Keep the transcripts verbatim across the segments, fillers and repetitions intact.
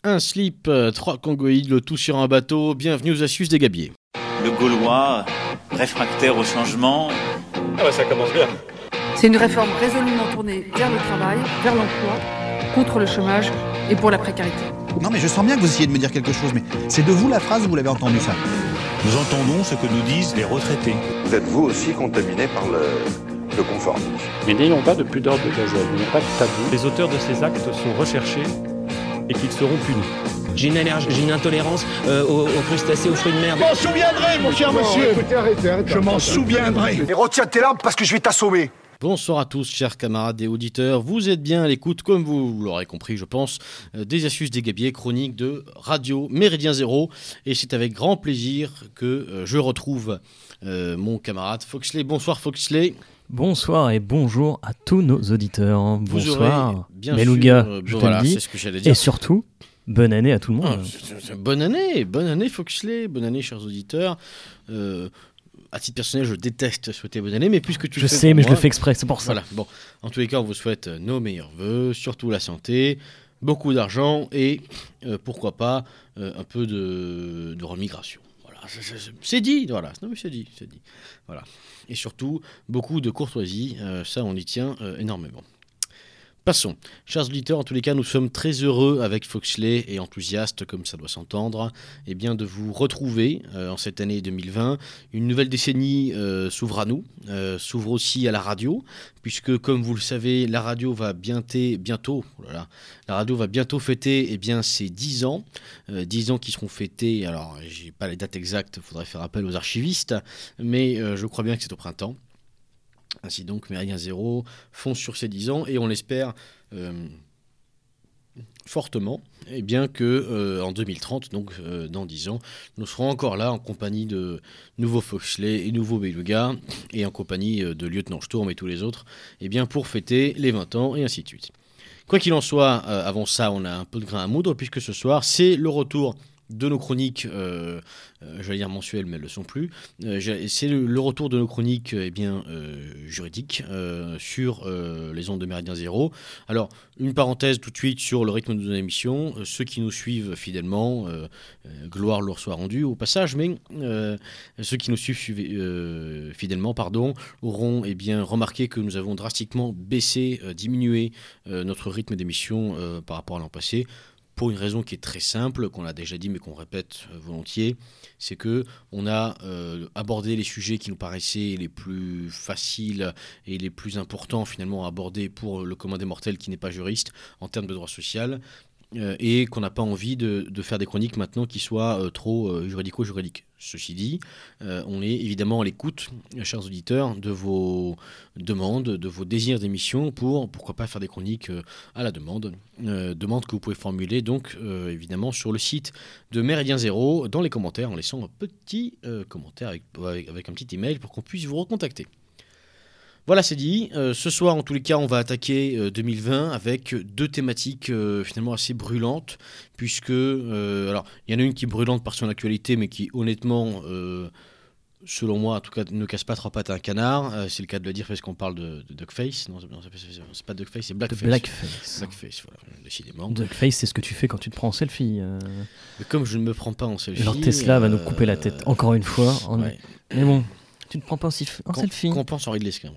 Un slip, euh, trois congoïdes, le tout sur un bateau. Bienvenue aux astuces des gabiers. Le Gaulois, réfractaire au changement. Ah bah ça commence bien. C'est une réforme résolument tournée vers le travail, vers l'emploi, contre le chômage et pour la précarité. Non mais je sens bien que vous essayez de me dire quelque chose, mais c'est de vous la phrase ou vous l'avez entendu ça? Nous entendons ce que nous disent les retraités. Vous êtes vous aussi contaminé par le, le conformisme. Mais n'ayons pas de pudeur de gazelle, n'ayons pas de tabou. Les auteurs de ces actes sont recherchés et qu'ils seront punis. J'ai une allergie, j'ai une intolérance euh, aux, aux crustacés, aux fruits de mer. Je m'en souviendrai, mon cher monsieur. Écoutez, arrêtez, arrêtez. Je m'en souviendrai. Et retiens tes larmes parce que je vais t'assommer. Bonsoir à tous, chers camarades et auditeurs. Vous êtes bien à l'écoute, comme vous l'aurez compris, je pense, des astuces des gabiers, chroniques de Radio Méridien Zéro. Et c'est avec grand plaisir que je retrouve euh, mon camarade Foxley. Bonsoir Foxley. Bonsoir et bonjour à tous nos auditeurs. Vous Bonsoir, bien Beluga, sûr, euh, je voilà, te le dis. c'est ce que j'allais dire. Et surtout, bonne année à tout le monde. Ah, c'est, c'est, bonne année, bonne année Foxley, bonne année chers auditeurs. Euh, à titre personnel, je déteste souhaiter bonne année, mais puisque tu je le fais sais, mais moi, je le fais exprès, c'est pour ça. Voilà. Bon, en tous les cas, on vous souhaite nos meilleurs vœux, surtout la santé, beaucoup d'argent et euh, pourquoi pas euh, un peu de, de remigration. Voilà, c'est, c'est, c'est dit, voilà. Non mais c'est dit, c'est dit. Voilà. Et surtout, beaucoup de courtoisie, euh, ça on y tient euh, énormément. Passons. Chers auditeurs, en tous les cas, nous sommes très heureux avec Foxley et enthousiastes, comme ça doit s'entendre, eh bien, de vous retrouver euh, en cette année deux mille vingt. Une nouvelle décennie euh, s'ouvre à nous, euh, s'ouvre aussi à la radio, puisque, comme vous le savez, la radio va bientôt, bientôt, oh là là, la radio va bientôt fêter eh bien, ses dix ans. Euh, dix ans qui seront fêtés, alors, j'ai pas les dates exactes, il faudrait faire appel aux archivistes, mais euh, je crois bien que c'est au printemps. Ainsi donc, Méridien Zéro fonce sur ses dix ans et on l'espère euh, fortement, et bien que euh, en deux mille trente, donc euh, dans dix ans, nous serons encore là en compagnie de nouveaux Foxley et nouveaux Beluga et en compagnie de Lieutenant Sturm et tous les autres, et bien pour fêter les vingt ans et ainsi de suite. Quoi qu'il en soit, euh, avant ça, on a un peu de grain à moudre puisque ce soir, c'est le retour de nos chroniques, euh, euh, j'allais dire mensuelles, mais elles ne le sont plus. Euh, c'est le, le retour de nos chroniques euh, eh bien, euh, juridiques euh, sur euh, les ondes de Méridien Zéro. Alors, une parenthèse tout de suite sur le rythme de nos émissions. Euh, ceux qui nous suivent fidèlement, euh, euh, gloire leur soit rendue au passage, mais euh, ceux qui nous suivent euh, fidèlement pardon, auront eh bien, remarqué que nous avons drastiquement baissé, euh, diminué euh, notre rythme d'émission euh, par rapport à l'an passé. Pour une raison qui est très simple, qu'on a déjà dit mais qu'on répète euh, volontiers, c'est que on a euh, abordé les sujets qui nous paraissaient les plus faciles et les plus importants finalement à aborder pour le commun des mortels qui n'est pas juriste en termes de droit social, euh, et qu'on n'a pas envie de, de faire des chroniques maintenant qui soient euh, trop euh, juridico-juridiques. Ceci dit, euh, on est évidemment à l'écoute, chers auditeurs, de vos demandes, de vos désirs d'émission pour, pourquoi pas, faire des chroniques euh, à la demande. Euh, demande que vous pouvez formuler, donc, euh, évidemment, sur le site de Méridien Zéro, dans les commentaires, en laissant un petit euh, commentaire avec, avec, avec un petit email pour qu'on puisse vous recontacter. Voilà, c'est dit. Euh, ce soir, en tous les cas, on va attaquer euh, deux mille vingt avec deux thématiques euh, finalement assez brûlantes, puisque, euh, alors, il y en a une qui est brûlante par son actualité, mais qui, honnêtement, euh, selon moi, en tout cas, ne casse pas trois pattes à un canard. Euh, c'est le cas de le dire parce qu'on parle de, de Duckface. Non, non, c'est pas Duckface, c'est Blackface. Blackface. Blackface, voilà, décidément. Duckface, c'est ce que tu fais quand tu te prends en selfie. Euh... Mais comme je ne me prends pas en selfie... Alors Tesla euh, va nous couper la tête, encore une fois. En... Ouais. Mais bon... Tu ne prends pas aussi en Com- selfie. Qu'on pense Henri de Lesquin.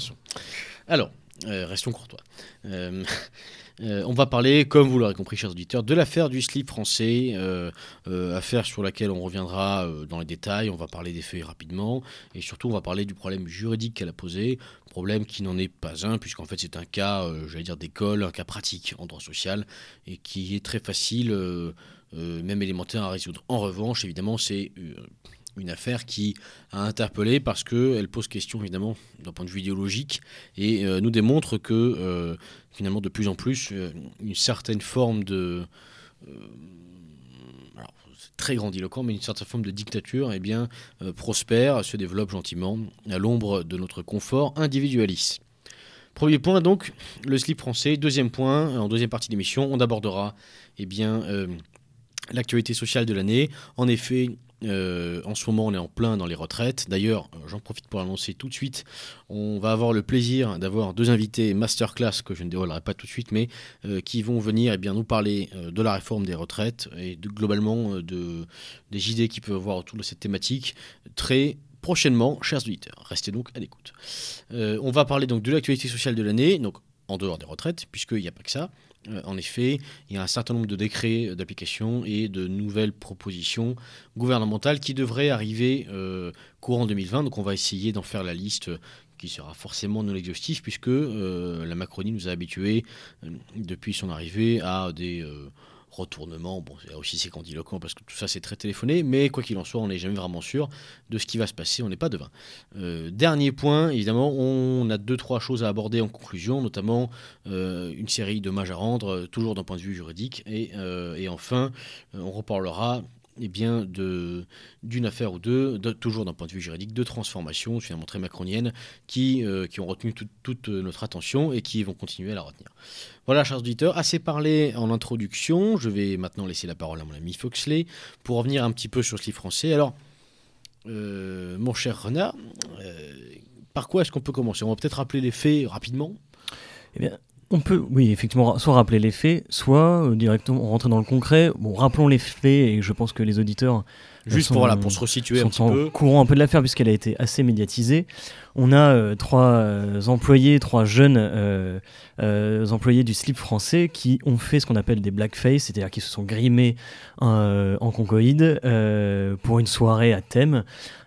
Alors, euh, restons courtois. Euh, euh, on va parler, comme vous l'aurez compris, chers auditeurs, de l'affaire du slip français, euh, euh, affaire sur laquelle on reviendra euh, dans les détails. On va parler des faits rapidement et surtout, on va parler du problème juridique qu'elle a posé. Problème qui n'en est pas un, puisqu'en fait, c'est un cas, euh, j'allais dire, d'école, un cas pratique en droit social et qui est très facile, euh, euh, même élémentaire à résoudre. En revanche, évidemment, c'est... Euh, une affaire qui a interpellé parce qu'elle pose question évidemment d'un point de vue idéologique et euh, nous démontre que euh, finalement de plus en plus euh, une certaine forme de... Euh, alors, c'est très grandiloquent, mais une certaine forme de dictature eh bien, euh, prospère, se développe gentiment à l'ombre de notre confort individualiste. Premier point donc, le slip français. Deuxième point, en deuxième partie de l'émission, on abordera eh bien, euh, l'actualité sociale de l'année. En effet, Euh, en ce moment, on est en plein dans les retraites. D'ailleurs, j'en profite pour l'annoncer tout de suite. On va avoir le plaisir d'avoir deux invités masterclass que je ne dévoilerai pas tout de suite, mais euh, qui vont venir eh bien, nous parler euh, de la réforme des retraites et de, globalement euh, de, des idées qu'ils peuvent avoir autour de cette thématique très prochainement, chers auditeurs. Restez donc à l'écoute. Euh, on va parler donc de l'actualité sociale de l'année, donc en dehors des retraites, puisqu'il n'y a pas que ça. Euh, en effet, il y a un certain nombre de décrets d'application et de nouvelles propositions gouvernementales qui devraient arriver euh, courant deux mille vingt. Donc on va essayer d'en faire la liste euh, qui sera forcément non exhaustive puisque euh, la Macronie nous a habitués euh, depuis son arrivée à des euh, retournements. Bon, là aussi c'est grandiloquent parce que tout ça c'est très téléphoné, mais quoi qu'il en soit, on n'est jamais vraiment sûr de ce qui va se passer, on n'est pas devin. Euh, dernier point, évidemment, on a deux, trois choses à aborder en conclusion, notamment euh, une série d'hommages à rendre, toujours d'un point de vue juridique, et, euh, et enfin, on reparlera eh bien, de, d'une affaire ou deux, de, toujours d'un point de vue juridique, de transformations finalement très macroniennes qui, euh, qui ont retenu tout, toute notre attention et qui vont continuer à la retenir. Voilà, chers auditeurs, assez parlé en introduction. Je vais maintenant laisser la parole à mon ami Foxley pour revenir un petit peu sur ce livre français. Alors, euh, mon cher Renard, euh, par quoi est-ce qu'on peut commencer ? On va peut-être rappeler les faits rapidement. Eh bien, on peut, oui, effectivement, soit rappeler les faits, soit euh, directement rentrer dans le concret. Bon, rappelons les faits, et je pense que les auditeurs Juste sont, pour, voilà, pour se resituer sont un petit en peu. courant un peu de l'affaire, puisqu'elle a été assez médiatisée. On a euh, trois euh, employés, trois jeunes euh, euh, employés du slip français qui ont fait ce qu'on appelle des blackface, c'est-à-dire qui se sont grimés euh, en concoïde euh, pour une soirée à thème.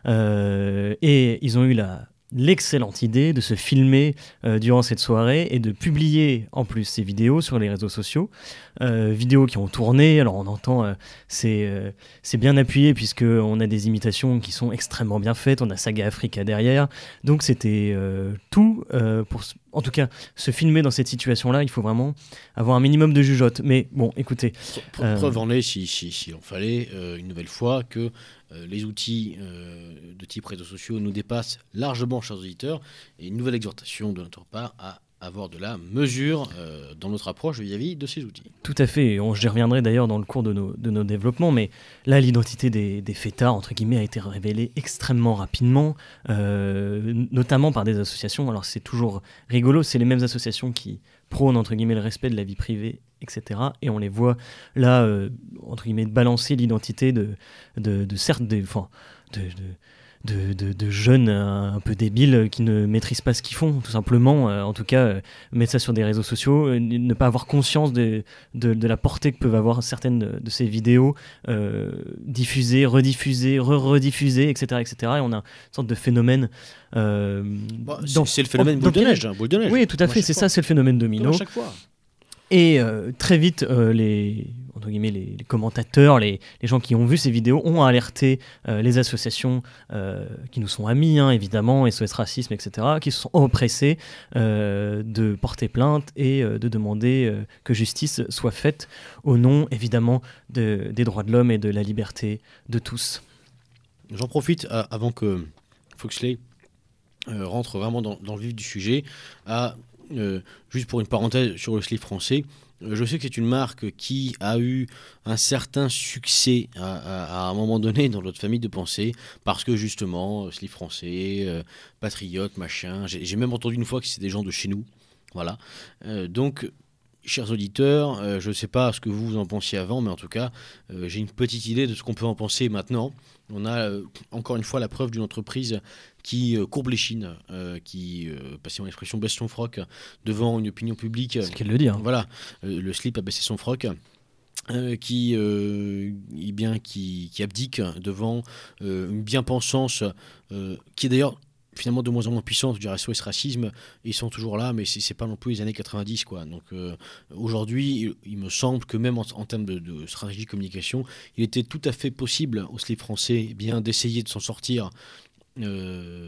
Euh, et ils ont eu la... l'excellente idée de se filmer euh, durant cette soirée et de publier en plus ces vidéos sur les réseaux sociaux, euh, vidéos qui ont tourné. Alors on entend, euh, c'est, euh, c'est bien appuyé puisqu'on a des imitations qui sont extrêmement bien faites, on a Saga Africa derrière, donc c'était euh, tout euh, pour, en tout cas, se filmer dans cette situation-là, il faut vraiment avoir un minimum de jugeote. Mais bon, écoutez... Euh... Preuve en est, si, si, si on fallait, euh, une nouvelle fois, que euh, les outils euh, de type réseaux sociaux nous dépassent largement, chers auditeurs, et une nouvelle exhortation de notre part à avoir de la mesure euh, dans notre approche vis-à-vis de ces outils. Tout à fait, on, j'y reviendrai d'ailleurs dans le cours de nos, de nos développements, mais là l'identité des, des fêtards, entre guillemets, a été révélée extrêmement rapidement, euh, notamment par des associations. Alors c'est toujours rigolo, c'est les mêmes associations qui prônent, entre guillemets, le respect de la vie privée, et cetera. Et on les voit là, euh, entre guillemets, balancer l'identité de, de, de certes des... Enfin, de, de De, de, de jeunes un, un peu débiles qui ne maîtrisent pas ce qu'ils font, tout simplement. Euh, en tout cas, euh, mettre ça sur des réseaux sociaux, euh, ne pas avoir conscience de, de, de la portée que peuvent avoir certaines de, de ces vidéos, euh, diffusées, rediffusées, re-rediffusées, et cetera, et cetera. Et on a une sorte de phénomène... Euh, bah, c'est, dans, c'est le phénomène boule de neige, boule de neige. Oui, tout à fait, c'est fois. ça, c'est le phénomène domino. Comme à chaque fois. Et euh, très vite, euh, les, entre guillemets, les, les commentateurs, les, les gens qui ont vu ces vidéos ont alerté euh, les associations euh, qui nous sont amies, hein, évidemment, S O S Racisme, et cetera, qui se sont empressés euh, de porter plainte et euh, de demander euh, que justice soit faite au nom, évidemment, de, des droits de l'homme et de la liberté de tous. J'en profite à, avant que Foxley euh, rentre vraiment dans, dans le vif du sujet, à... Euh, juste pour une parenthèse sur le slip français, euh, je sais que c'est une marque qui a eu un certain succès à, à, à un moment donné dans notre famille de pensée, parce que justement, slip français, euh, patriote, machin, j'ai, j'ai même entendu une fois que c'est des gens de chez nous, voilà. Euh, donc, chers auditeurs, euh, je ne sais pas ce que vous en pensiez avant, mais en tout cas, euh, j'ai une petite idée de ce qu'on peut en penser maintenant. On a euh, encore une fois la preuve d'une entreprise qui euh, courbe les chines, euh, qui, euh, passez-moi l'expression, baisse son froc devant une opinion publique. C'est ce qu'elle le dit. Hein. Voilà, euh, le slip a baissé son froc. Euh, qui, euh, eh bien, qui, qui abdique devant euh, une bien-pensance euh, qui est d'ailleurs finalement de moins en moins puissante. Je dirais S O S Racisme, ils sont toujours là, mais c'est, c'est pas non plus les années quatre-vingt-dix, quoi. Donc euh, aujourd'hui, il, il me semble que même en, en termes de, de stratégie de communication, il était tout à fait possible au slip français eh bien, d'essayer de s'en sortir euh,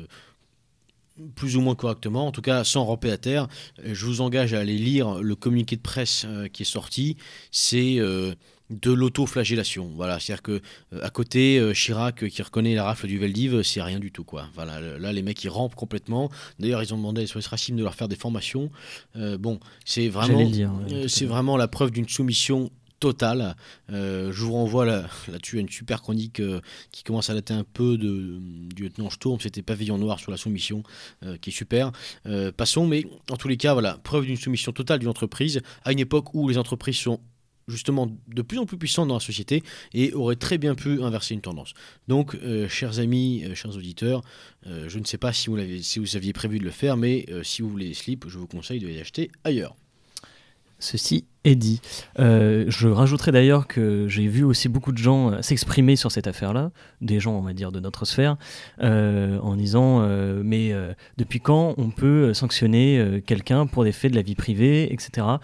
plus ou moins correctement, en tout cas sans ramper à terre. Je vous engage à aller lire le communiqué de presse euh, qui est sorti. C'est euh, de l'auto-flagellation. Voilà, c'est-à-dire que euh, à côté, euh, Chirac euh, qui reconnaît la rafle du Veldiv, c'est rien du tout, quoi. Voilà, là les mecs ils rampent complètement. D'ailleurs, ils ont demandé à S O S Racisme de leur faire des formations. Euh, bon, c'est vraiment, le dire, ouais, euh, c'est vraiment la preuve d'une soumission totale. Euh, je vous renvoie là, là-dessus à une super chronique euh, qui commence à dater un peu de, du lieutenant Sturm, c'était Pavillon Noir sur la soumission, euh, qui est super. Euh, passons, mais en tous les cas, voilà, preuve d'une soumission totale d'une entreprise à une époque où les entreprises sont justement de plus en plus puissantes dans la société et auraient très bien pu inverser une tendance. Donc, euh, chers amis, euh, chers auditeurs, euh, je ne sais pas si vous, l'avez, si vous aviez prévu de le faire, mais euh, si vous voulez les slips, je vous conseille de les acheter ailleurs. Ceci est dit. Euh, je rajouterai d'ailleurs que j'ai vu aussi beaucoup de gens euh, s'exprimer sur cette affaire-là, des gens, on va dire, de notre sphère, euh, en disant euh, mais euh, depuis quand on peut sanctionner euh, quelqu'un pour des faits de la vie privée, et cetera.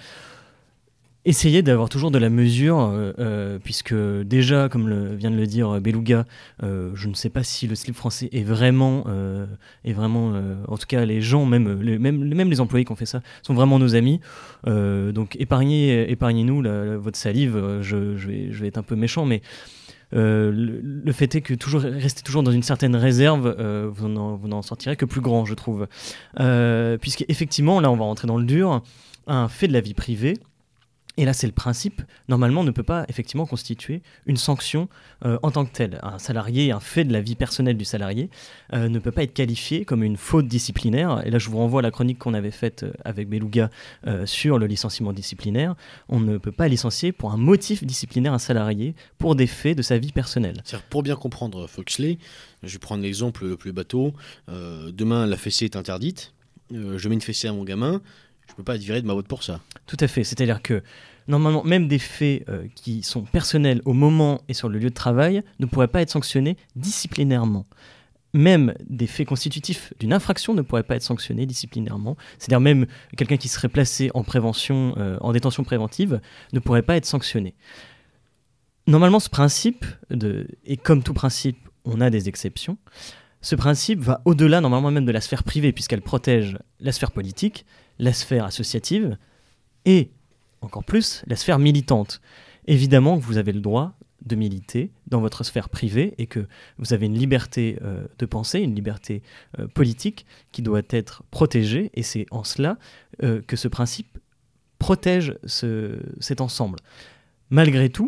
Essayez d'avoir toujours de la mesure, euh, euh, puisque déjà, comme le, vient de le dire Beluga, euh, je ne sais pas si le slip français est vraiment, euh, est vraiment euh, en tout cas les gens, même les, même, même les employés qui ont fait ça, sont vraiment nos amis. Euh, donc épargnez, épargnez-nous la, la, votre salive, je, je, vais, je vais être un peu méchant, mais euh, le, le fait est que toujours, restez toujours dans une certaine réserve, euh, vous, n'en, vous n'en sortirez que plus grand, je trouve. Euh, Puisqu'effectivement, là on va rentrer dans le dur, un fait de la vie privée, et là, c'est le principe, normalement, ne peut pas effectivement constituer une sanction euh, en tant que telle. Un salarié, un fait de la vie personnelle du salarié, euh, ne peut pas être qualifié comme une faute disciplinaire. Et là, je vous renvoie à la chronique qu'on avait faite avec Beluga euh, sur le licenciement disciplinaire. On ne peut pas licencier pour un motif disciplinaire un salarié pour des faits de sa vie personnelle. C'est-à-dire, pour bien comprendre Foxley, je vais prendre l'exemple le plus bateau. Euh, demain, la fessée est interdite. Euh, je mets une fessée à mon gamin. Je ne peux pas être viré de ma boîte pour ça. Tout à fait. C'est-à-dire que, normalement, même des faits euh, qui sont personnels au moment et sur le lieu de travail ne pourraient pas être sanctionnés disciplinairement. Même des faits constitutifs d'une infraction ne pourraient pas être sanctionnés disciplinairement. C'est-à-dire même quelqu'un qui serait placé en prévention, euh, en détention préventive ne pourrait pas être sanctionné. Normalement, ce principe, de, et comme tout principe, on a des exceptions, ce principe va au-delà normalement même de la sphère privée puisqu'elle protège la sphère politique, la sphère associative et, encore plus, la sphère militante. Évidemment que vous avez le droit de militer dans votre sphère privée et que vous avez une liberté euh, de pensée, une liberté euh, politique qui doit être protégée et c'est en cela euh, que ce principe protège ce, cet ensemble. Malgré tout,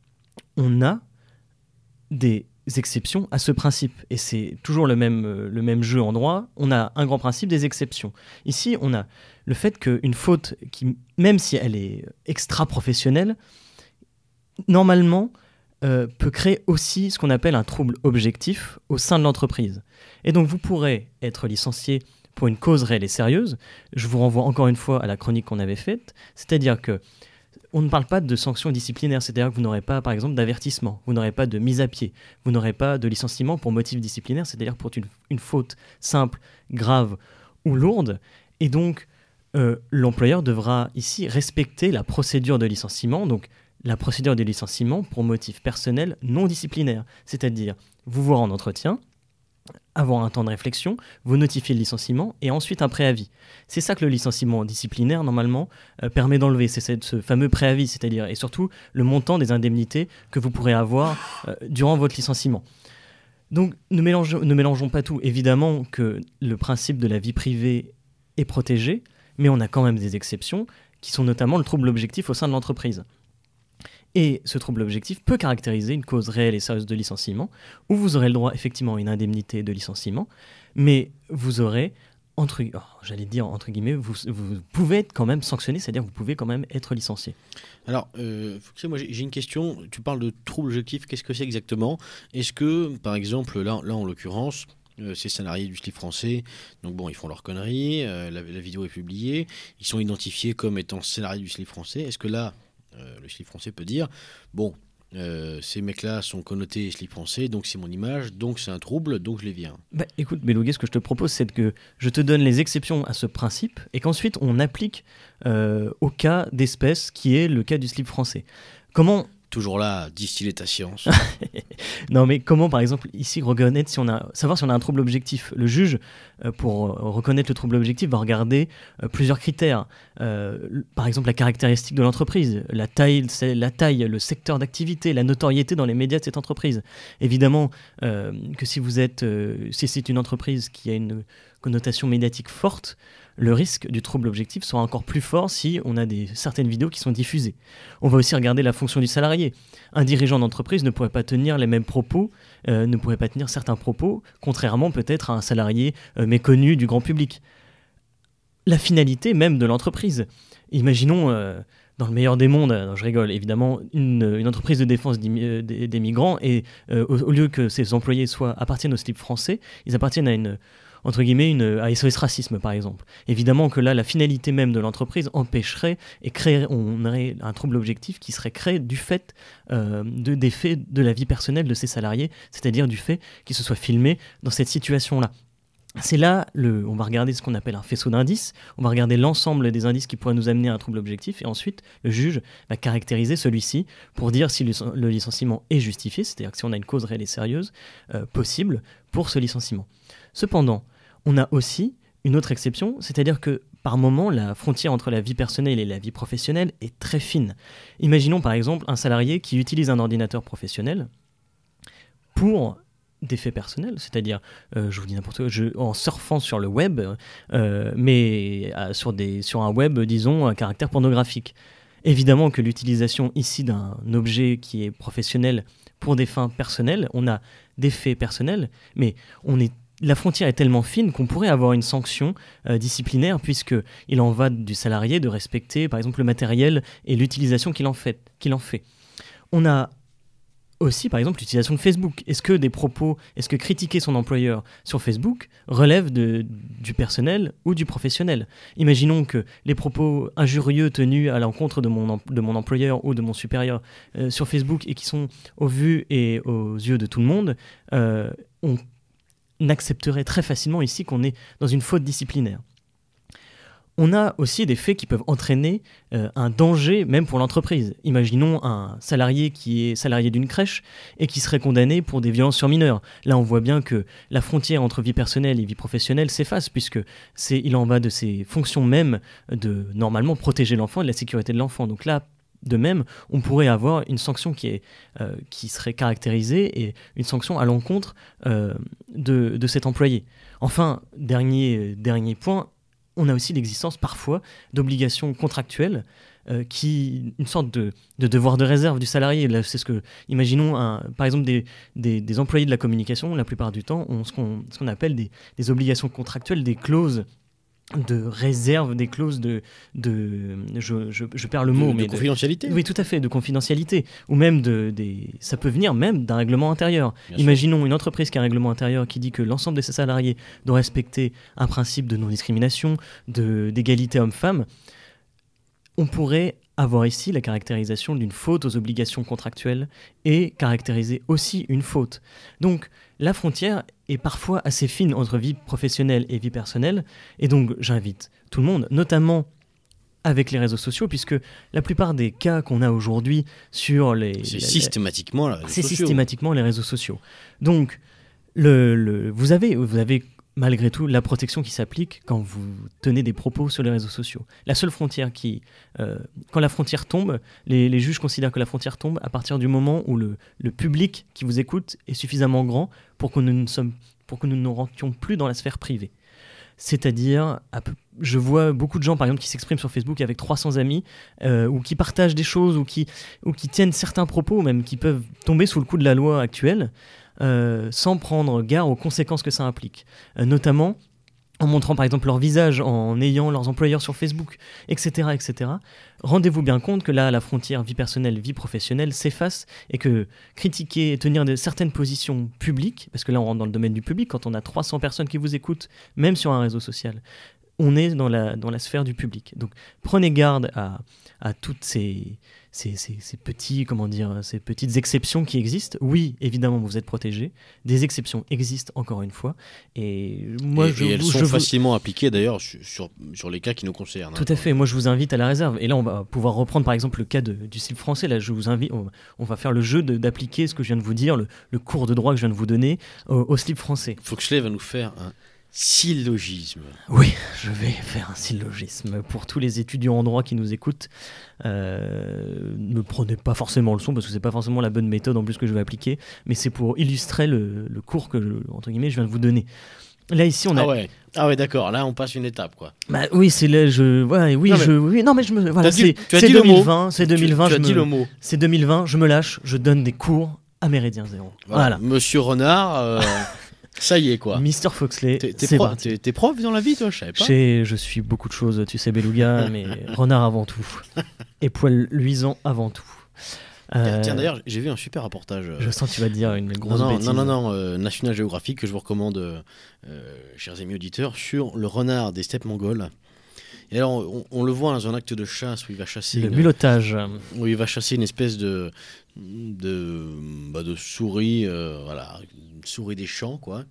on a des exceptions à ce principe. Et c'est toujours le même, euh, le même jeu en droit. On a un grand principe des exceptions. Ici, on a le fait qu'une faute, qui, même si elle est extra-professionnelle, normalement, euh, peut créer aussi ce qu'on appelle un trouble objectif au sein de l'entreprise. Et donc, vous pourrez être licencié pour une cause réelle et sérieuse. Je vous renvoie encore une fois à la chronique qu'on avait faite. C'est-à-dire que on ne parle pas de sanctions disciplinaires, c'est-à-dire que vous n'aurez pas, par exemple, d'avertissement, vous n'aurez pas de mise à pied, vous n'aurez pas de licenciement pour motif disciplinaire, c'est-à-dire pour une, une faute simple, grave ou lourde. Et donc, euh, l'employeur devra ici respecter la procédure de licenciement, donc la procédure de licenciement pour motif personnel non disciplinaire, c'est-à-dire vous voir en entretien, avoir un temps de réflexion, vous notifier le licenciement et ensuite un préavis. C'est ça que le licenciement disciplinaire, normalement, euh, permet d'enlever. C'est cette, ce fameux préavis, c'est-à-dire, et surtout, le montant des indemnités que vous pourrez avoir euh, durant votre licenciement. Donc, ne mélangeons, ne mélangeons pas tout. Évidemment que le principe de la vie privée est protégé, mais on a quand même des exceptions, qui sont notamment le trouble objectif au sein de l'entreprise. Et ce trouble objectif peut caractériser une cause réelle et sérieuse de licenciement, où vous aurez le droit effectivement à une indemnité de licenciement, mais vous aurez, entre, oh, j'allais dire entre guillemets, vous, vous pouvez être quand même sanctionné, c'est-à-dire que vous pouvez quand même être licencié. Alors, euh, moi j'ai, j'ai une question, tu parles de trouble objectif, qu'est-ce que c'est exactement ? Est-ce que, par exemple, là, là en l'occurrence, Euh, ces salariés du slip français, donc bon, ils font leur connerie, euh, la, la vidéo est publiée, ils sont identifiés comme étant salariés du slip français. Est-ce que là, euh, le slip français peut dire, bon, euh, ces mecs-là sont connotés slip français, donc c'est mon image, donc c'est un trouble, donc je les viens. Bah, écoute, Beluga, ce que je te propose, c'est que je te donne les exceptions à ce principe et qu'ensuite on applique euh, au cas d'espèce qui est le cas du slip français. Comment Toujours là, distiller ta science. Non, mais comment, par exemple, ici, reconnaître si on a, savoir si on a un trouble objectif ? Le juge, euh, pour euh, reconnaître le trouble objectif, va regarder euh, plusieurs critères. Euh, par exemple, la caractéristique de l'entreprise, la taille, c'est la taille, le secteur d'activité, la notoriété dans les médias de cette entreprise. Évidemment euh, que si vous êtes, euh, si c'est une entreprise qui a une connotation médiatique forte, le risque du trouble objectif sera encore plus fort si on a des, certaines vidéos qui sont diffusées. On va aussi regarder la fonction du salarié. Un dirigeant d'entreprise ne pourrait pas tenir les mêmes propos, euh, ne pourrait pas tenir certains propos, contrairement peut-être à un salarié euh, méconnu du grand public. La finalité même de l'entreprise. Imaginons, euh, dans le meilleur des mondes, non, je rigole, évidemment, une, une entreprise de défense des, des, des migrants, et euh, au, au lieu que ses employés soient, appartiennent au slip français, ils appartiennent à une... entre guillemets, une, à S O S Racisme, par exemple. Évidemment que là, la finalité même de l'entreprise empêcherait et créerait, on aurait un trouble objectif qui serait créé du fait euh, de, des faits de la vie personnelle de ses salariés, c'est-à-dire du fait qu'ils se soient filmés dans cette situation-là. C'est là, le, on va regarder ce qu'on appelle un faisceau d'indices, on va regarder l'ensemble des indices qui pourraient nous amener à un trouble objectif, et ensuite, le juge va caractériser celui-ci pour dire si le, le licenciement est justifié, c'est-à-dire que si on a une cause réelle et sérieuse euh, possible pour ce licenciement. Cependant, on a aussi une autre exception, c'est-à-dire que par moment, la frontière entre la vie personnelle et la vie professionnelle est très fine. Imaginons par exemple un salarié qui utilise un ordinateur professionnel pour des faits personnels, c'est-à-dire, euh, je vous dis n'importe quoi, je, en surfant sur le web, euh, mais euh, sur, des, sur un web, disons, à caractère pornographique. Évidemment que l'utilisation ici d'un objet qui est professionnel pour des fins personnelles, on a des faits personnels, mais on est la frontière est tellement fine qu'on pourrait avoir une sanction euh, disciplinaire, puisqu'il en va du salarié de respecter, par exemple, le matériel et l'utilisation qu'il en fait. Qu'il en fait. On a aussi, par exemple, l'utilisation de Facebook. Est-ce que des propos, est-ce que critiquer son employeur sur Facebook relève de, du personnel ou du professionnel ? Imaginons que les propos injurieux tenus à l'encontre de mon, de mon employeur ou de mon supérieur euh, sur Facebook et qui sont au vu et aux yeux de tout le monde, euh, on n'accepterait très facilement ici qu'on est dans une faute disciplinaire. On a aussi des faits qui peuvent entraîner euh, un danger même pour l'entreprise. Imaginons un salarié qui est salarié d'une crèche et qui serait condamné pour des violences sur mineurs. Là, on voit bien que la frontière entre vie personnelle et vie professionnelle s'efface, puisque c'est, il en va de ses fonctions même de normalement protéger l'enfant et de la sécurité de l'enfant. Donc là, de même, on pourrait avoir une sanction qui, est, euh, qui serait caractérisée et une sanction à l'encontre euh, de, de cet employé. Enfin, dernier, dernier point, on a aussi l'existence parfois d'obligations contractuelles, euh, qui, une sorte de, de devoir de réserve du salarié. Là, c'est ce que, imaginons, un, par exemple, des, des, des employés de la communication, la plupart du temps, ont ce qu'on, ce qu'on appelle des, des obligations contractuelles, des clauses de réserve, des clauses de, de je, je, je perds le mot, de, mais de confidentialité. De, oui, tout à fait, de confidentialité, ou même de, des, ça peut venir même d'un règlement intérieur. Bien Imaginons sûr. Une entreprise qui a un règlement intérieur qui dit que l'ensemble de ses salariés doit respecter un principe de non-discrimination, de, d'égalité homme-femme. On pourrait avoir ici la caractérisation d'une faute aux obligations contractuelles et caractériser aussi une faute. Donc, la frontière est parfois assez fine entre vie professionnelle et vie personnelle, et donc j'invite tout le monde, notamment avec les réseaux sociaux, puisque la plupart des cas qu'on a aujourd'hui sur les... C'est la, systématiquement les réseaux c'est sociaux. systématiquement les réseaux sociaux. Donc, le, le, vous avez... Vous avez malgré tout, la protection qui s'applique quand vous tenez des propos sur les réseaux sociaux. La seule frontière qui... Euh, quand la frontière tombe, les, les juges considèrent que la frontière tombe à partir du moment où le, le public qui vous écoute est suffisamment grand pour que nous ne sommes, pour que nous ne rentrions plus dans la sphère privée. C'est-à-dire, je vois beaucoup de gens, par exemple, qui s'expriment sur Facebook avec trois cents amis, euh, ou qui partagent des choses, ou qui, ou qui tiennent certains propos, même qui peuvent tomber sous le coup de la loi actuelle, Euh, sans prendre garde aux conséquences que ça implique, euh, notamment en montrant par exemple leur visage, en ayant leurs employeurs sur Facebook, et cetera, et cetera. Rendez-vous bien compte que là, la frontière vie personnelle, vie professionnelle s'efface et que critiquer et tenir de certaines positions publiques, parce que là on rentre dans le domaine du public, quand on a trois cents personnes qui vous écoutent, même sur un réseau social, on est dans la, dans la sphère du public. Donc prenez garde à, à toutes ces... Ces, ces, ces, petits, comment dire, ces petites exceptions qui existent. Oui, évidemment, vous êtes protégés. Des exceptions existent, encore une fois. Et, moi, et, je, et elles je, sont je facilement vous... appliquées, d'ailleurs, sur, sur les cas qui nous concernent. Tout à fait. Moi, je vous invite à la réserve. Et là, on va pouvoir reprendre, par exemple, le cas de, du slip français. Là, je vous invite, on, on va faire le jeu de, d'appliquer ce que je viens de vous dire, le, le cours de droit que je viens de vous donner au, au slip français. Foxley va nous faire un syllogisme. Oui, je vais faire un syllogisme pour tous les étudiants en droit qui nous écoutent. Euh, ne prenez pas forcément le son parce que c'est pas forcément la bonne méthode en plus que je vais appliquer, mais c'est pour illustrer le, le cours que, entre guillemets, je viens de vous donner. Là ici on a. Ah ouais. Ah ouais, d'accord. Là, on passe une étape, quoi. Bah oui, c'est là, je, ouais, oui, non, je, oui, non mais je me, voilà, c'est, tu as c'est dit deux mille le vingt, mot. c'est deux mille vingt, Tu, tu as je dit me, le mot. c'est deux mille vingt, je me lâche, je donne des cours à Méridien Zéro. Voilà. Voilà. Monsieur Renard, euh, ça y est, quoi. Mister Foxley, T'es, t'es, c'est prof, parti. t'es, t'es prof dans la vie, toi, je savais pas. Chez, je suis beaucoup de choses, tu sais, Beluga, mais renard avant tout, et poil luisant avant tout. Euh, Tiens, d'ailleurs, j'ai vu un super reportage. Euh, je sens que tu vas dire une grosse non, non, bêtise. Non, non, non, euh, National Geographic, que je vous recommande, euh, chers amis auditeurs, sur le renard des steppes mongoles. Et alors, on, on le voit dans un acte de chasse où il va chasser. Le une, mulottage. Où il va chasser une espèce de, de, bah, de souris, euh, voilà, une souris des champs, quoi.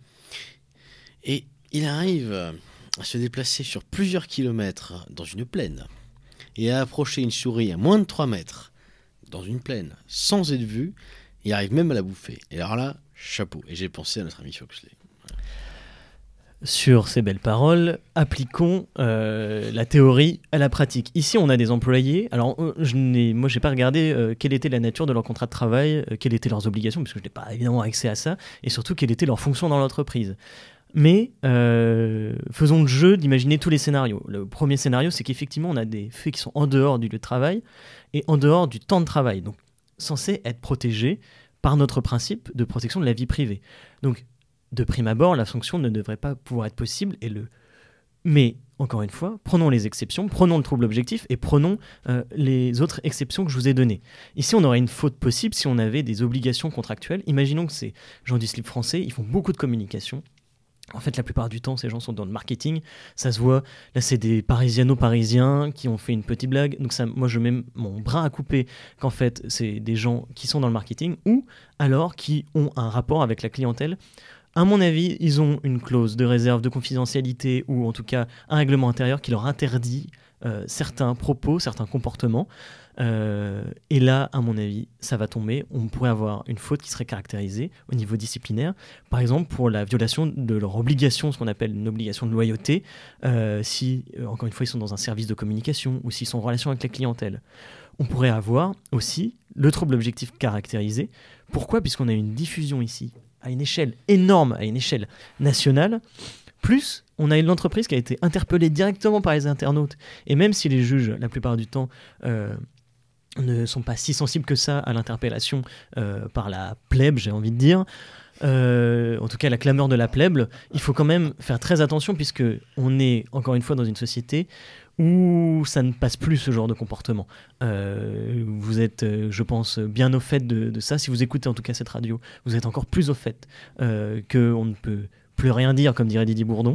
Et il arrive à se déplacer sur plusieurs kilomètres dans une plaine et à approcher une souris à moins de trois mètres. Dans une plaine, sans être vu, il arrive même à la bouffer. Et alors là, chapeau. Et j'ai pensé à notre ami Foxley. Voilà. Sur ces belles paroles, appliquons euh, la théorie à la pratique. Ici, on a des employés. Alors, euh, je n'ai, moi, j'ai pas regardé euh, quelle était la nature de leur contrat de travail, euh, quelles étaient leurs obligations, parce que je n'ai pas évidemment accès à ça, et surtout quelle était leur fonction dans l'entreprise. Mais euh, faisons le jeu d'imaginer tous les scénarios. Le premier scénario, c'est qu'effectivement, on a des faits qui sont en dehors du lieu de travail et en dehors du temps de travail, donc censés être protégés par notre principe de protection de la vie privée. Donc, de prime abord, la sanction ne devrait pas pouvoir être possible. Et le... Mais, encore une fois, prenons les exceptions, prenons le trouble objectif et prenons euh, les autres exceptions que je vous ai données. Ici, on aurait une faute possible si on avait des obligations contractuelles. Imaginons que ces gens du slip français, ils font beaucoup de communication. En fait, la plupart du temps, ces gens sont dans le marketing. Ça se voit. Là, c'est des parisiano-parisiens qui ont fait une petite blague. Donc, ça, moi, je mets mon bras à couper qu'en fait, c'est des gens qui sont dans le marketing ou alors qui ont un rapport avec la clientèle. À mon avis, ils ont une clause de réserve de confidentialité ou en tout cas un règlement intérieur qui leur interdit euh, certains propos, certains comportements. Euh, et là, à mon avis, ça va tomber. On pourrait avoir une faute qui serait caractérisée au niveau disciplinaire. Par exemple, pour la violation de leur obligation, ce qu'on appelle une obligation de loyauté, euh, si, euh, encore une fois, ils sont dans un service de communication ou s'ils sont en relation avec la clientèle. On pourrait avoir aussi le trouble objectif caractérisé. Pourquoi ? Puisqu'on a une diffusion ici à une échelle énorme, à une échelle nationale, plus on a une entreprise qui a été interpellée directement par les internautes. Et même si les juges, la plupart du temps, euh, ne sont pas si sensibles que ça à l'interpellation euh, par la plèbe, j'ai envie de dire, euh, en tout cas la clameur de la plèbe, il faut quand même faire très attention puisque on est encore une fois dans une société où ça ne passe plus ce genre de comportement. Euh, vous êtes, euh, je pense, bien au fait de, de ça. Si vous écoutez en tout cas cette radio, vous êtes encore plus au fait euh, qu'on ne peut plus rien dire, comme dirait Didier Bourdon.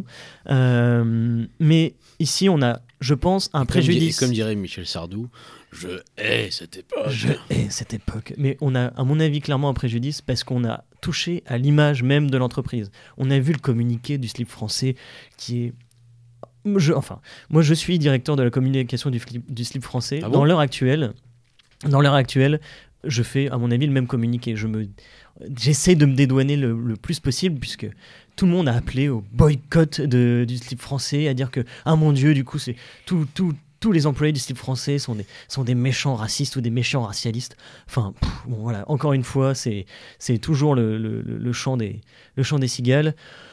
Euh, mais ici, on a, je pense, un comme préjudice. Dit, comme dirait Michel Sardou, je hais cette époque. Je hais cette époque. Mais on a, à mon avis, clairement un préjudice parce qu'on a touché à l'image même de l'entreprise. On a vu le communiqué du slip français qui est... Je, enfin, moi je suis directeur de la communication du, flip, du slip français. Ah bon ? Dans l'heure actuelle, dans l'heure actuelle, je fais, à mon avis, le même communiqué. Je me, j'essaie de me dédouaner le, le plus possible puisque tout le monde a appelé au boycott de, du slip français, à dire que, ah mon Dieu, du coup, c'est tout, tout, tous les employés du slip français sont des, sont des méchants racistes ou des méchants racialistes. Enfin, pff, bon, voilà. Encore une fois, c'est, c'est toujours le, le, le, chant des, le chant des cigales.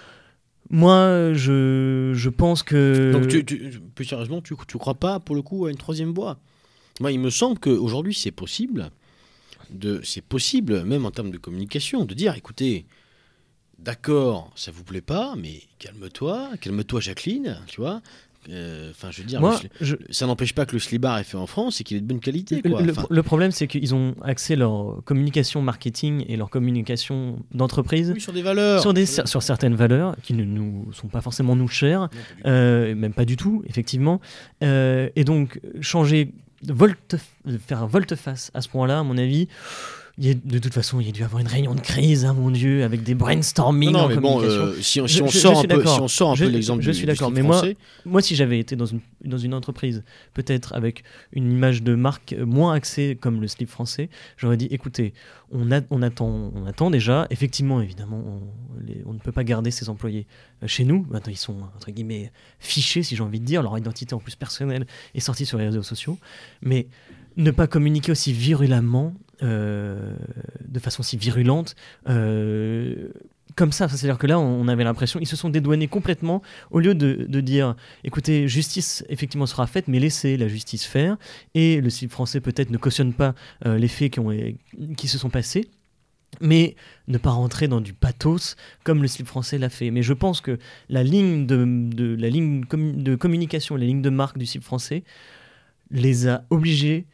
Moi, je, je pense que... Donc, tu, tu, plus sérieusement, tu ne crois pas, pour le coup, à une troisième voie ? Moi, il me semble qu'aujourd'hui, c'est possible, de, c'est possible, même en termes de communication, de dire, écoutez, d'accord, ça ne vous plaît pas, mais calme-toi, calme-toi Jacqueline, tu vois. Enfin, euh, je veux dire, Moi, le, je... ça n'empêche pas que le slibard est fait en France et qu'il est de bonne qualité. Quoi. Le, enfin... le problème, c'est qu'ils ont axé leur communication marketing et leur communication d'entreprise oui, sur des valeurs, sur, des, sur certaines valeurs qui ne nous sont pas forcément nous chères, non, pas euh, même pas du tout, effectivement. Euh, et donc, changer, volte, faire un volte-face à ce point-là, à mon avis. Il y a, de toute façon, il y a dû y avoir une réunion de crise, hein, mon Dieu, avec des brainstorming non, non, en mais communication. Bon, euh, si, on, si, on je, sort je, je un peu, si on sort un je, peu l'exemple je du, suis du d'accord, slip mais moi, français... moi, si j'avais été dans une, dans une entreprise, peut-être avec une image de marque moins axée comme le slip français, j'aurais dit, écoutez, on, a, on, attend, on attend déjà, effectivement, évidemment, on, les, on ne peut pas garder ces employés chez nous. Maintenant, ils sont, entre guillemets, fichés, si j'ai envie de dire, leur identité en plus personnelle est sortie sur les réseaux sociaux, mais ne pas communiquer aussi virulemment, euh, de façon si virulente, euh, comme ça. C'est-à-dire que là, on avait l'impression ils se sont dédouanés complètement au lieu de, de dire écoutez, justice effectivement sera faite, mais laissez la justice faire. Et le slip français peut-être ne cautionne pas euh, les faits qui, ont, qui se sont passés. Mais ne pas rentrer dans du pathos comme le slip français l'a fait. Mais je pense que la ligne de, de, la ligne commu- de communication, les lignes de marque du slip français les a obligés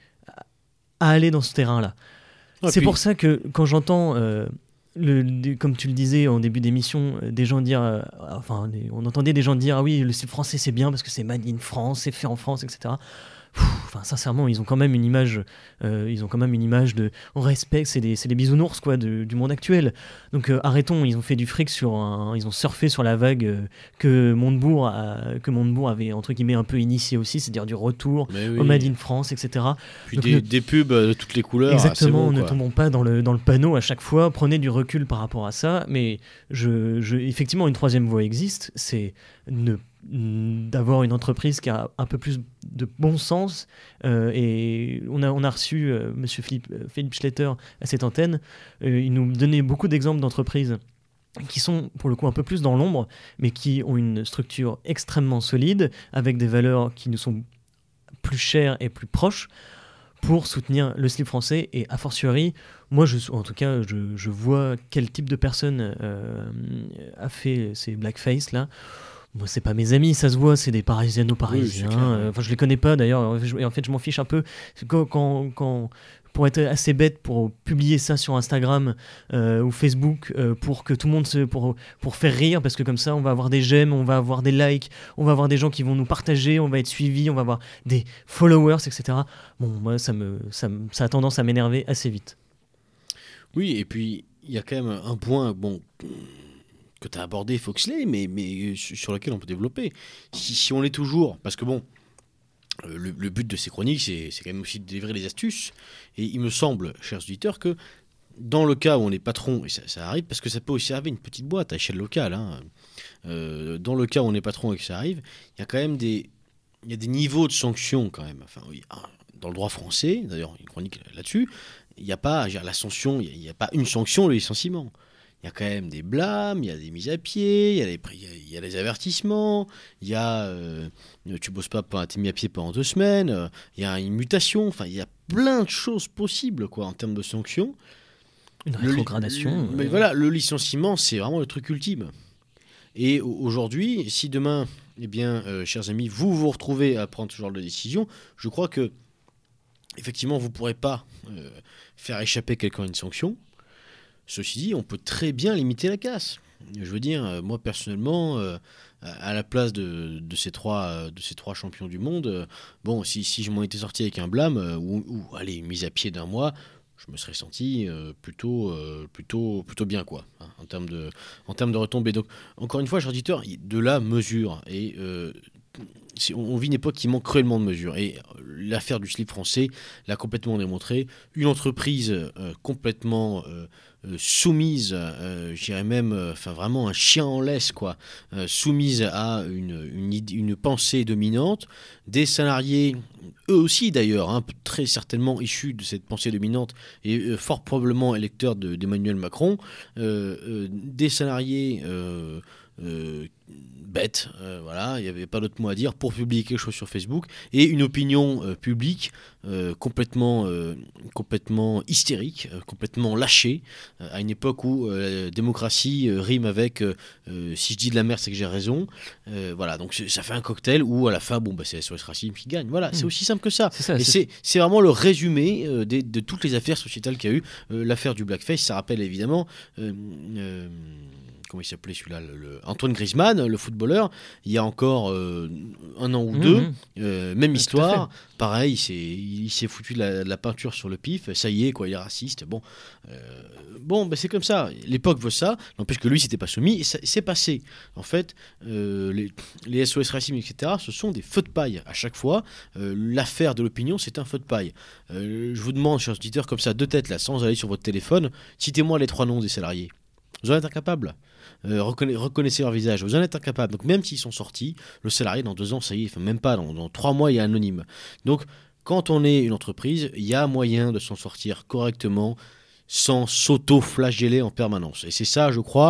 à aller dans ce terrain-là. Ah, c'est puis... pour ça que quand j'entends, euh, le, comme tu le disais en début d'émission, des gens dire, euh, enfin, on entendait des gens dire ah oui, le slip français c'est bien parce que c'est made in France, c'est fait en France, et cetera. Enfin, sincèrement, ils ont quand même une image, euh, ils ont quand même une image de, on respecte, c'est des, c'est des bisounours quoi, de, du monde actuel. Donc euh, arrêtons, ils ont fait du fric sur, un, ils ont surfé sur la vague euh, que Montebourg, a, que Montebourg avait entre guillemets un peu initié aussi, c'est-à-dire du retour oui. au Made in France, et cetera. Puis Donc, des, ne, des pubs de toutes les couleurs. Exactement, bon, ne quoi. tombons pas dans le dans le panneau à chaque fois. Prenez du recul par rapport à ça. Mais je, je effectivement, une troisième voie existe, c'est ne d'avoir une entreprise qui a un peu plus de bon sens euh, et on a, on a reçu euh, monsieur Philippe, euh, Philippe Schletter à cette antenne, euh, il nous donnait beaucoup d'exemples d'entreprises qui sont pour le coup un peu plus dans l'ombre mais qui ont une structure extrêmement solide avec des valeurs qui nous sont plus chères et plus proches pour soutenir le slip français et a fortiori moi je, en tout cas je, je vois quel type de personne euh, a fait ces blackface là. Moi, c'est pas mes amis, ça se voit, c'est des parisiano-parisiens. Oui, euh, enfin, je les connais pas d'ailleurs. Et en fait, je m'en fiche un peu. Quand, quand, quand, pour être assez bête, pour publier ça sur Instagram euh, ou Facebook, euh, pour que tout le monde se, pour, pour faire rire, parce que comme ça, on va avoir des j'aime, on va avoir des likes, on va avoir des gens qui vont nous partager, on va être suivis, on va avoir des followers, et cetera. Bon, moi, ça me, ça, me, ça a tendance à m'énerver assez vite. Oui, et puis il y a quand même un point, bon. que tu as abordé Foxley, mais, mais sur lequel on peut développer. Si, si on est toujours... Parce que bon, le, le but de ces chroniques, c'est, c'est quand même aussi de délivrer les astuces. Et il me semble, chers auditeurs, que dans le cas où on est patron, et ça, ça arrive, parce que ça peut aussi arriver une petite boîte à échelle locale, hein, euh, dans le cas où on est patron et que ça arrive, il y a quand même des, il y a des niveaux de sanctions quand même. Enfin, oui, dans le droit français, d'ailleurs, une chronique là-dessus, il n'y a pas, je veux dire, la sanction, il n'y a, a pas une sanction, le licenciement. Il y a quand même des blâmes, il y a des mises à pied, il y a les, il y a les avertissements, il y a euh, tu bosses pas, t'es mis à pied pendant deux semaines, euh, il y a une mutation, enfin il y a plein de choses possibles quoi en termes de sanctions. Une rétrogradation. Le, mais euh... voilà, le licenciement c'est vraiment le truc ultime. Et aujourd'hui, si demain, eh bien, euh, chers amis, vous vous retrouvez à prendre ce genre de décision, je crois que effectivement vous pourrez pas euh, faire échapper quelqu'un à une sanction. Ceci dit, on peut très bien limiter la casse. Je veux dire, moi personnellement, euh, à la place de, de, ces trois, de ces trois champions du monde, euh, bon, si, si je m'en étais sorti avec un blâme, euh, ou, ou allez, une mise à pied d'un mois, je me serais senti euh, plutôt, euh, plutôt, plutôt bien, quoi, hein, en termes de, en termes de retombées. Donc, encore une fois, chers auditeurs, de la mesure. Et euh, on vit une époque qui manque cruellement de mesures. Et l'affaire du slip français l'a complètement démontré. Une entreprise euh, complètement... Euh, Euh, soumise, euh, je dirais même, enfin euh, vraiment un chien en laisse, quoi, euh, soumise à une, une, une pensée dominante, des salariés, eux aussi d'ailleurs, hein, très certainement issus de cette pensée dominante et euh, fort probablement électeurs de, d'Emmanuel Macron, euh, euh, des salariés euh, euh, bête, euh, voilà, il n'y avait pas d'autre mot à dire, pour publier quelque chose sur Facebook, et une opinion euh, publique euh, complètement, euh, complètement hystérique, euh, complètement lâchée, euh, à une époque où euh, la démocratie euh, rime avec euh, euh, si je dis de la merde c'est que j'ai raison, euh, voilà, donc ça fait un cocktail où à la fin, bon, bah, c'est S O S Racisme qui gagne, voilà, mmh. c'est aussi simple que ça, c'est ça et c'est... C'est, c'est vraiment le résumé euh, des, de toutes les affaires sociétales qu'il y a eu, euh, l'affaire du blackface, ça rappelle évidemment... Euh, euh, comment il s'appelait celui-là, le, le, Antoine Griezmann, le footballeur, il y a encore euh, un an ou mmh, deux, euh, même histoire, pareil, il s'est, il s'est foutu de la, de la peinture sur le pif, ça y est, quoi, il est raciste, bon, euh, bon ben c'est comme ça, l'époque veut ça, n'empêche que lui s'était pas soumis, et ça, c'est passé. En fait, euh, les, les S O S Racisme, et cetera, ce sont des feux de paille à chaque fois, euh, l'affaire de l'opinion, c'est un feu de paille. Euh, je vous demande, chers auditeurs, comme ça, de tête, là, sans aller sur votre téléphone, citez-moi les trois noms des salariés. Vous en êtes incapable. Euh, reconna- reconnaissez leur visage, vous en êtes incapable. Donc même s'ils sont sortis, le salarié dans deux ans, ça y est, enfin, même pas, dans, dans trois mois, il est anonyme. Donc quand on est une entreprise, il y a moyen de s'en sortir correctement sans s'auto-flageller en permanence. Et c'est ça, je crois,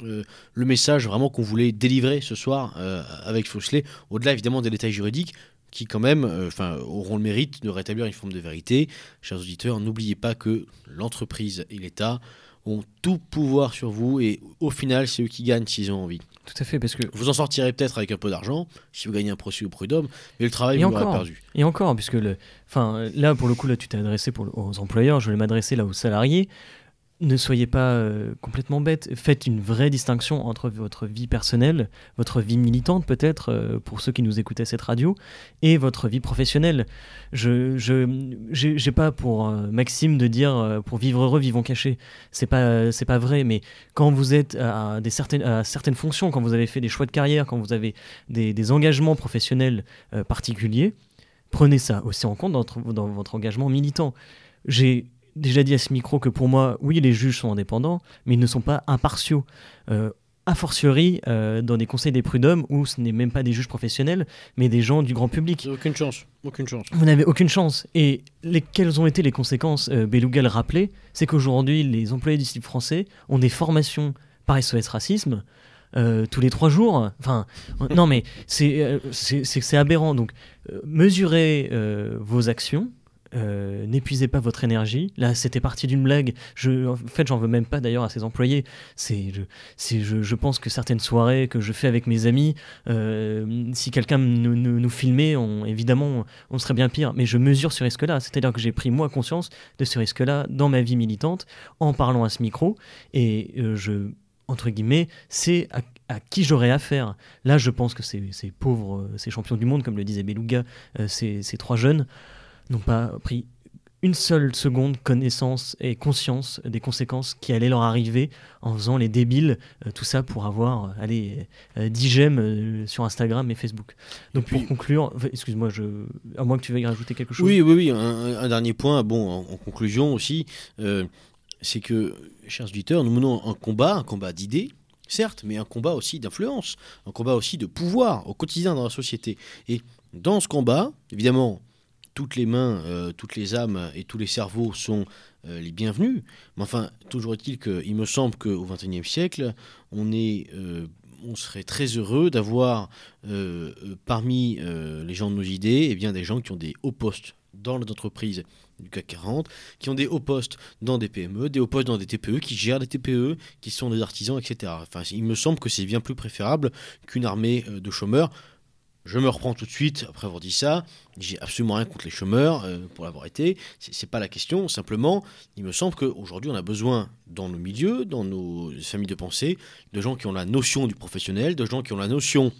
euh, le message vraiment qu'on voulait délivrer ce soir euh, avec Foxley, au-delà évidemment des détails juridiques qui quand même euh, auront le mérite de rétablir une forme de vérité. Chers auditeurs, n'oubliez pas que l'entreprise et l'État ont tout pouvoir sur vous et au final c'est eux qui gagnent s'ils ont envie. Tout à fait, parce que vous en sortirez peut-être avec un peu d'argent si vous gagnez un procès au prud'homme, mais le travail et vous encore, l'aurez perdu. Et encore, puisque le, enfin là pour le coup là tu t'es adressé pour le, aux employeurs, je vais m'adresser là aux salariés. Ne soyez pas euh, complètement bêtes. Faites une vraie distinction entre votre vie personnelle, votre vie militante peut-être, euh, pour ceux qui nous écoutaient à cette radio, et votre vie professionnelle. Je je j'ai, j'ai pas pour euh, maxime de dire euh, pour vivre heureux, vivons cachés. C'est pas c'est pas vrai. Mais quand vous êtes à des certaines à certaines fonctions, quand vous avez fait des choix de carrière, quand vous avez des, des engagements professionnels euh, particuliers, prenez ça aussi en compte dans, dans votre engagement militant. J'ai déjà dit à ce micro que pour moi, oui, les juges sont indépendants, mais ils ne sont pas impartiaux. Euh, a fortiori, euh, dans des conseils des prud'hommes où ce n'est même pas des juges professionnels, mais des gens du grand public. Aucune chance, aucune chance. Vous n'avez aucune chance. Et les, quelles ont été les conséquences euh, Beluga le rappelait, c'est qu'aujourd'hui, les employés du slip français ont des formations par S O S Racisme euh, tous les trois jours. Enfin, non, mais c'est, euh, c'est, c'est, c'est aberrant. Donc, euh, mesurez euh, vos actions. Euh, n'épuisez pas votre énergie. Là, c'était parti d'une blague. Je, en fait, j'en veux même pas d'ailleurs à ces employés. C'est, je, c'est, je, je pense que certaines soirées que je fais avec mes amis, euh, si quelqu'un nous, nous, nous filmait, on, évidemment, on, on serait bien pire. Mais je mesure ce risque-là. C'est-à-dire que j'ai pris moi conscience de ce risque-là dans ma vie militante en parlant à ce micro. Et euh, je, entre guillemets, c'est à, à qui j'aurais affaire. Là, je pense que ces, ces pauvres, ces champions du monde, comme le disait Beluga, euh, ces, ces trois jeunes, n'ont pas pris une seule seconde connaissance et conscience des conséquences qui allaient leur arriver en faisant les débiles, euh, tout ça pour avoir euh, allez, euh, dix j'aime euh, sur Instagram et Facebook. Donc et puis, pour conclure, excuse-moi, je... à moins que tu veuilles rajouter quelque chose. Oui, oui, oui, un, un dernier point, bon, en, en conclusion aussi, euh, c'est que, chers auditeurs, nous menons un combat, un combat d'idées, certes, mais un combat aussi d'influence, un combat aussi de pouvoir au quotidien dans la société. Et dans ce combat, évidemment, toutes les mains, euh, toutes les âmes et tous les cerveaux sont euh, les bienvenus. Mais enfin, toujours est-il qu'il me semble qu'au vingt et unième siècle, on, est, euh, on serait très heureux d'avoir euh, parmi euh, les gens de nos idées eh bien, des gens qui ont des hauts postes dans les entreprises du C A C quarante, qui ont des hauts postes dans des P M E, des hauts postes dans des T P E, qui gèrent des T P E, qui sont des artisans, et cetera. Enfin, il me semble que c'est bien plus préférable qu'une armée de chômeurs. Je me reprends tout de suite après avoir dit ça. J'ai absolument rien contre les chômeurs euh, pour l'avoir été. C'est, c'est pas la question. Simplement, il me semble qu'aujourd'hui, on a besoin dans nos milieux, dans nos familles de pensée, de gens qui ont la notion du professionnel, de gens qui ont la notion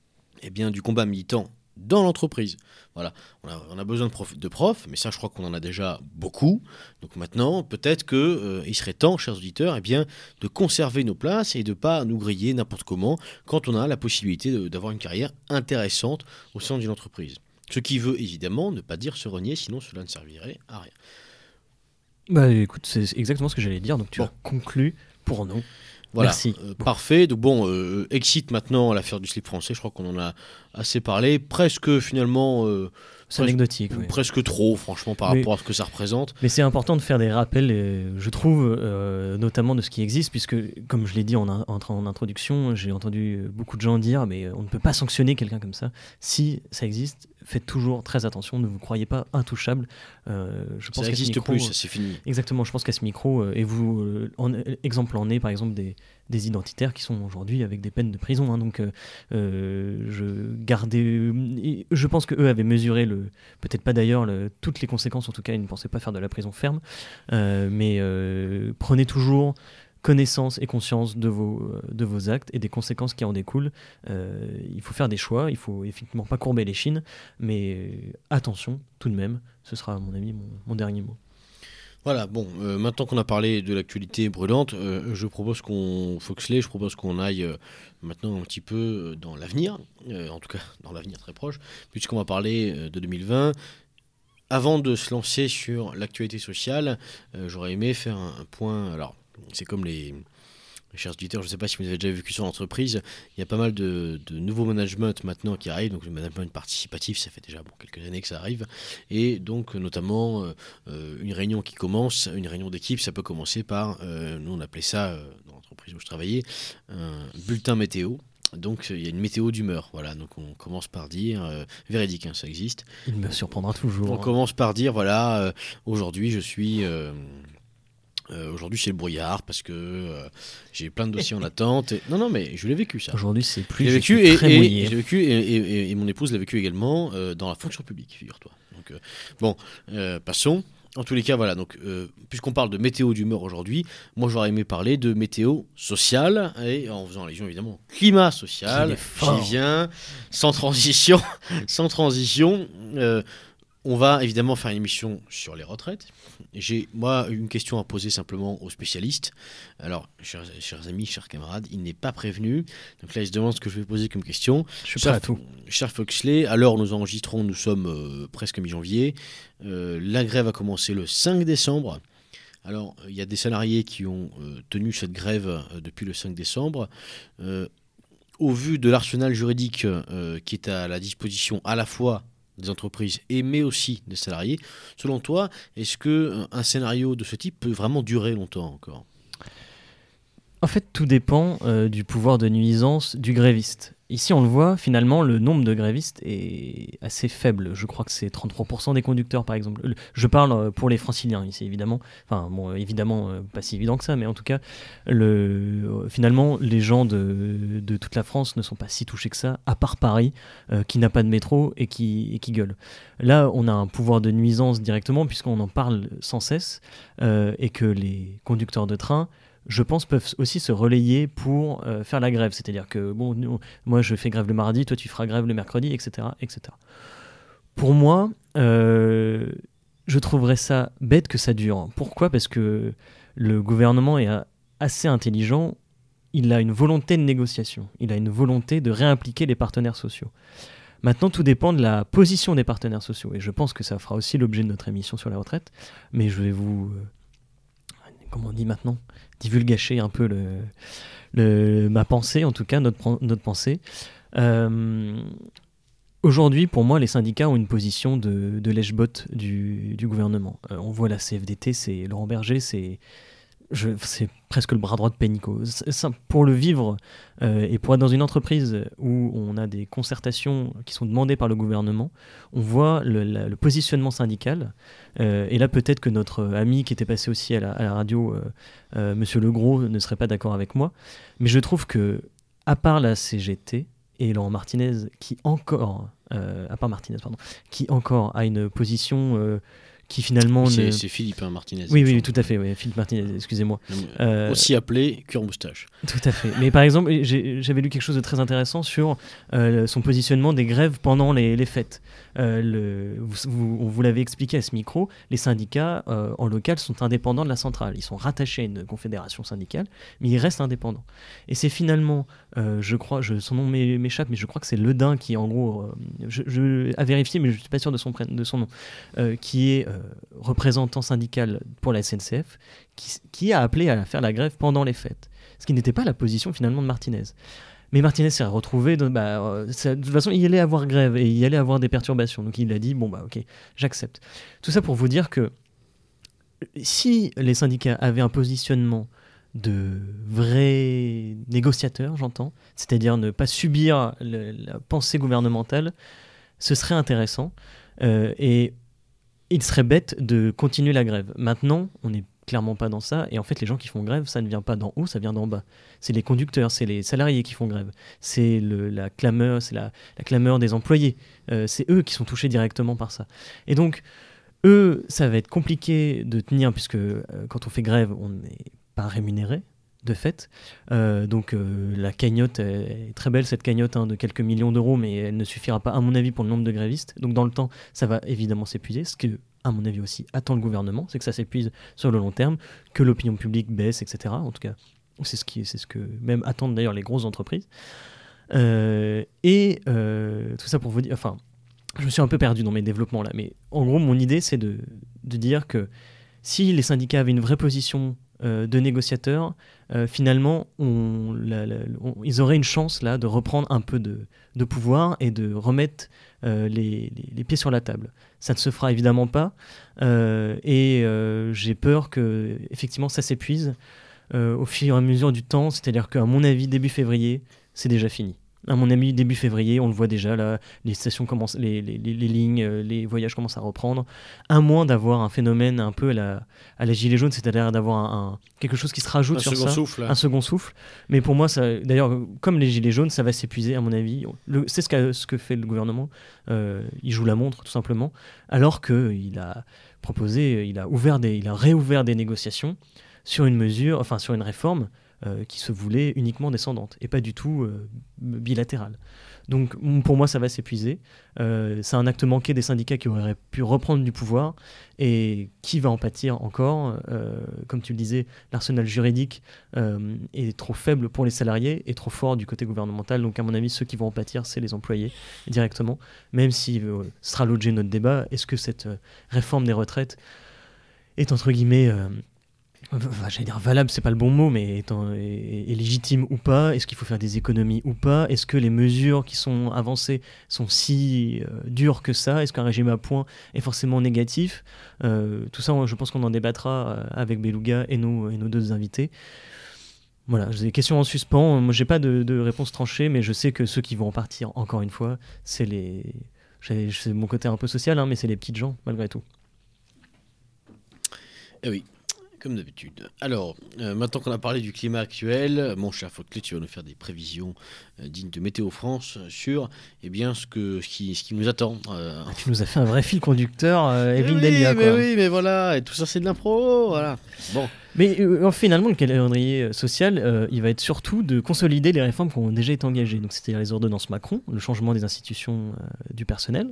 eh bien, du combat militant dans l'entreprise. Voilà, on a, on a besoin de, prof, de profs, mais ça, je crois qu'on en a déjà beaucoup. Donc maintenant, peut-être qu'il euh, serait temps, chers auditeurs, eh bien, de conserver nos places et de ne pas nous griller n'importe comment quand on a la possibilité de, d'avoir une carrière intéressante au sein d'une entreprise. Ce qui veut évidemment ne pas dire se renier, sinon cela ne servirait à rien. Bah écoute, c'est exactement ce que j'allais dire, donc tu bon. as conclu pour nous. Voilà, Merci. Euh, bon. Parfait. Donc bon, euh, excite maintenant l'affaire du slip français. Je crois qu'on en a assez parlé. Presque finalement. Euh, c'est presque, anecdotique. Oui. Presque trop, franchement, par mais, rapport à ce que ça représente. Mais c'est important de faire des rappels, euh, je trouve, euh, notamment de ce qui existe, puisque, comme je l'ai dit en, en, en introduction, j'ai entendu beaucoup de gens dire, mais on ne peut pas sanctionner quelqu'un comme ça. Si ça existe, faites toujours très attention. Ne vous croyez pas intouchable. Euh, je pense ça n'existe plus, ça c'est fini. Exactement. Je pense qu'à ce micro, euh, et vous, euh, en, exemple en est par exemple des des identitaires qui sont aujourd'hui avec des peines de prison. Hein, donc, euh, je gardais, je pense que eux avaient mesuré le, peut-être pas d'ailleurs le, toutes les conséquences. En tout cas, ils ne pensaient pas faire de la prison ferme. Euh, mais euh, prenez toujours connaissance et conscience de vos de vos actes et des conséquences qui en découlent. Euh, il faut faire des choix. Il faut effectivement pas courber les chines, mais attention tout de même. Ce sera à mon avis mon, mon dernier mot. Voilà, bon, euh, maintenant qu'on a parlé de l'actualité brûlante, euh, je propose qu'on, Foxley, je propose qu'on aille euh, maintenant un petit peu dans l'avenir, euh, en tout cas dans l'avenir très proche, puisqu'on va parler euh, de deux mille vingt. Avant de se lancer sur l'actualité sociale, euh, j'aurais aimé faire un, un point, alors c'est comme les... Chers auditeurs, je ne sais pas si vous avez déjà vécu sur l'entreprise, il y a pas mal de, de nouveaux management maintenant qui arrivent, donc le management participatif, ça fait déjà bon, quelques années que ça arrive, et donc notamment euh, une réunion qui commence, une réunion d'équipe, ça peut commencer par, euh, nous on appelait ça euh, dans l'entreprise l'entreprise où je travaillais, un bulletin météo. Donc il y a une météo d'humeur, voilà. Donc on commence par dire, euh, véridique, hein, ça existe. Il me surprendra toujours. On hein. commence par dire, voilà, euh, aujourd'hui je suis, euh, euh, aujourd'hui c'est le brouillard parce que euh, j'ai plein de dossiers en attente. Et... Non non mais je l'ai vécu ça. Aujourd'hui c'est plus. J'ai je vécu suis et, très et, mouillé. j'ai vécu et, et, et, et mon épouse l'a vécu également euh, dans la fonction publique, figure-toi. Donc euh, bon, euh, passons. En tous les cas, voilà, donc, euh, puisqu'on parle de météo d'humeur aujourd'hui, moi j'aurais aimé parler de météo sociale, et en faisant allusion évidemment climat social, j'y viens, sans transition, sans transition, euh, on va évidemment faire une émission sur les retraites. J'ai, moi, une question à poser simplement aux spécialistes. Alors, chers, chers amis, chers camarades, il n'est pas prévenu, donc là il se demande ce que je vais poser comme question. Je suis prêt à tout. Cher Foxley, à l'heure où nous enregistrons, nous sommes euh, presque mi-janvier. Euh, la grève a commencé le cinq décembre. Alors, il y a des salariés qui ont euh, tenu cette grève euh, depuis le cinq décembre. Euh, au vu de l'arsenal juridique euh, qui est à la disposition à la fois des entreprises et mais aussi des salariés, selon toi, est-ce que un scénario de ce type peut vraiment durer longtemps encore ? En fait, tout dépend euh, du pouvoir de nuisance du gréviste. Ici, on le voit, finalement, le nombre de grévistes est assez faible. Je crois que c'est trente-trois pour cent des conducteurs, par exemple. Je parle pour les franciliens, ici, évidemment. Enfin, bon, évidemment, euh, pas si évident que ça, mais en tout cas, le, euh, finalement, les gens de, de toute la France ne sont pas si touchés que ça, à part Paris, euh, qui n'a pas de métro et qui, et qui gueule. Là, on a un pouvoir de nuisance directement, puisqu'on en parle sans cesse, euh, et que les conducteurs de train, je pense, peuvent aussi se relayer pour euh, faire la grève. C'est-à-dire que, bon, nous, moi, je fais grève le mardi, toi, tu feras grève le mercredi, et cetera, et cetera. Pour moi, euh, je trouverais ça bête que ça dure. Pourquoi ? Parce que le gouvernement est assez intelligent. Il a une volonté de négociation. Il a une volonté de réimpliquer les partenaires sociaux. Maintenant, tout dépend de la position des partenaires sociaux. Et je pense que ça fera aussi l'objet de notre émission sur la retraite. Mais je vais vous... Euh, comment on dit maintenant ? Divulgacher un peu le, le, ma pensée, en tout cas notre, notre pensée. Euh, aujourd'hui, pour moi, les syndicats ont une position de, de lèche-botte du, du gouvernement. Euh, on voit la C F D T, c'est Laurent Berger, c'est, je, c'est presque le bras droit de Pénicaud. C'est, c'est, pour le vivre euh, et pour être dans une entreprise où on a des concertations qui sont demandées par le gouvernement, on voit le, la, le positionnement syndical. Euh, et là, peut-être que notre ami qui était passé aussi à la, à la radio, euh, euh, Monsieur Legros, ne serait pas d'accord avec moi. Mais je trouve que, à part la C G T et Laurent Martinez, qui encore, euh, à part Martinez, pardon, qui encore a une position euh, qui finalement... C'est, ne... c'est Philippe hein, Martinez. Oui, oui, tout à fait, oui, Philippe Martinez, excusez-moi. Euh, aussi appelé cure-moustache. Tout à fait. Mais par exemple, j'ai, j'avais lu quelque chose de très intéressant sur euh, son positionnement des grèves pendant les, les fêtes. Euh, le, vous, vous, vous l'avez expliqué à ce micro, les syndicats euh, en local sont indépendants de la centrale. Ils sont rattachés à une confédération syndicale, mais ils restent indépendants. Et c'est finalement, euh, je crois, je, son nom m'échappe, mais je crois que c'est Ledin qui, en gros, euh, je, je, à vérifier, mais je ne suis pas sûr de son, de son nom, euh, qui est euh, représentant syndical pour la S N C F, qui, qui a appelé à faire la grève pendant les fêtes. Ce qui n'était pas la position finalement de Martinez. Mais Martinez s'est retrouvé, de, bah, euh, ça, de toute façon, il allait avoir grève et il allait avoir des perturbations. Donc il a dit, bon bah ok, j'accepte. Tout ça pour vous dire que si les syndicats avaient un positionnement de vrais négociateurs, j'entends, c'est-à-dire ne pas subir le, la pensée gouvernementale, ce serait intéressant. Euh, et il serait bête de continuer la grève. Maintenant, on n'est clairement pas dans ça, et en fait les gens qui font grève, ça ne vient pas d'en haut, ça vient d'en bas. C'est les conducteurs, c'est les salariés qui font grève, c'est le, la clameur, c'est la, la clameur des employés, euh, c'est eux qui sont touchés directement par ça. Et donc, eux, ça va être compliqué de tenir, puisque euh, quand on fait grève, on n'est pas rémunéré, de fait. Euh, donc euh, la cagnotte est très belle, cette cagnotte hein, de quelques millions d'euros, mais elle ne suffira pas, à mon avis, pour le nombre de grévistes. Donc dans le temps, ça va évidemment s'épuiser, ce que, à mon avis aussi, attend le gouvernement, c'est que ça s'épuise sur le long terme, que l'opinion publique baisse, et cetera. En tout cas, c'est ce, qui, c'est ce que même attendent d'ailleurs les grosses entreprises. Euh, et euh, tout ça pour vous dire... Enfin, je me suis un peu perdu dans mes développements là, mais en gros, mon idée, c'est de, de dire que si les syndicats avaient une vraie position euh, de négociateurs, euh, finalement, on, la, la, on, ils auraient une chance là de reprendre un peu de, de pouvoir et de remettre euh, les, les, les pieds sur la table. Ça ne se fera évidemment pas, euh, et euh, j'ai peur que effectivement ça s'épuise. euh, au fur et à mesure du temps. C'est-à-dire qu'à mon avis, début février, c'est déjà fini. À mon avis, début février, on le voit déjà, là, les stations commencent, les, les, les, les lignes, euh, les voyages commencent à reprendre, à moins d'avoir un phénomène un peu à la, à la gilet jaune, c'est-à-dire d'avoir un, un, quelque chose qui se rajoute un sur second ça, souffle, un second souffle. Mais pour moi, ça, d'ailleurs, comme les gilets jaunes, ça va s'épuiser, à mon avis. Le, c'est ce, qu'a, ce que fait le gouvernement. Euh, il joue la montre, tout simplement, alors qu'il a proposé, il a ouvert des, il a réouvert des négociations sur une mesure, enfin sur une réforme. Euh, qui se voulait uniquement descendante et pas du tout euh, bilatérale. Donc pour moi ça va s'épuiser. Euh, c'est un acte manqué des syndicats qui auraient pu reprendre du pouvoir et qui va en pâtir encore. Euh, comme tu le disais, l'arsenal juridique euh, est trop faible pour les salariés et trop fort du côté gouvernemental. Donc à mon avis ceux qui vont en pâtir c'est les employés directement. Même si euh, ce sera l'objet de notre débat, est-ce que cette euh, réforme des retraites est entre guillemets euh, Enfin, j'allais dire valable, c'est pas le bon mot, mais est, est, est légitime ou pas? Est-ce qu'il faut faire des économies ou pas? Est-ce que les mesures qui sont avancées sont si euh, dures que ça? Est-ce qu'un régime à points est forcément négatif? euh, Tout ça, je pense qu'on en débattra euh, avec Beluga et nos, et nos deux invités. Voilà, j'ai des questions en suspens. Moi, j'ai pas de, de réponse tranchée, mais je sais que ceux qui vont en partir, encore une fois, c'est les... C'est mon côté un peu social, hein, mais c'est les petites gens, malgré tout. Eh oui. Comme d'habitude. Alors, euh, maintenant qu'on a parlé du climat actuel, mon cher Fauclet, tu vas nous faire des prévisions euh, dignes de Météo France sur eh bien, ce, que, ce, qui, ce qui nous attend. Euh... Ah, tu nous as fait un vrai fil conducteur, euh, Evelyne oui, Delia. Mais quoi. oui, mais voilà, et tout ça c'est de l'impro, voilà. Bon. Mais euh, finalement, le calendrier social, euh, il va être surtout de consolider les réformes qui ont déjà été engagées. Donc, c'est-à-dire les ordonnances Macron, le changement des institutions euh, du personnel,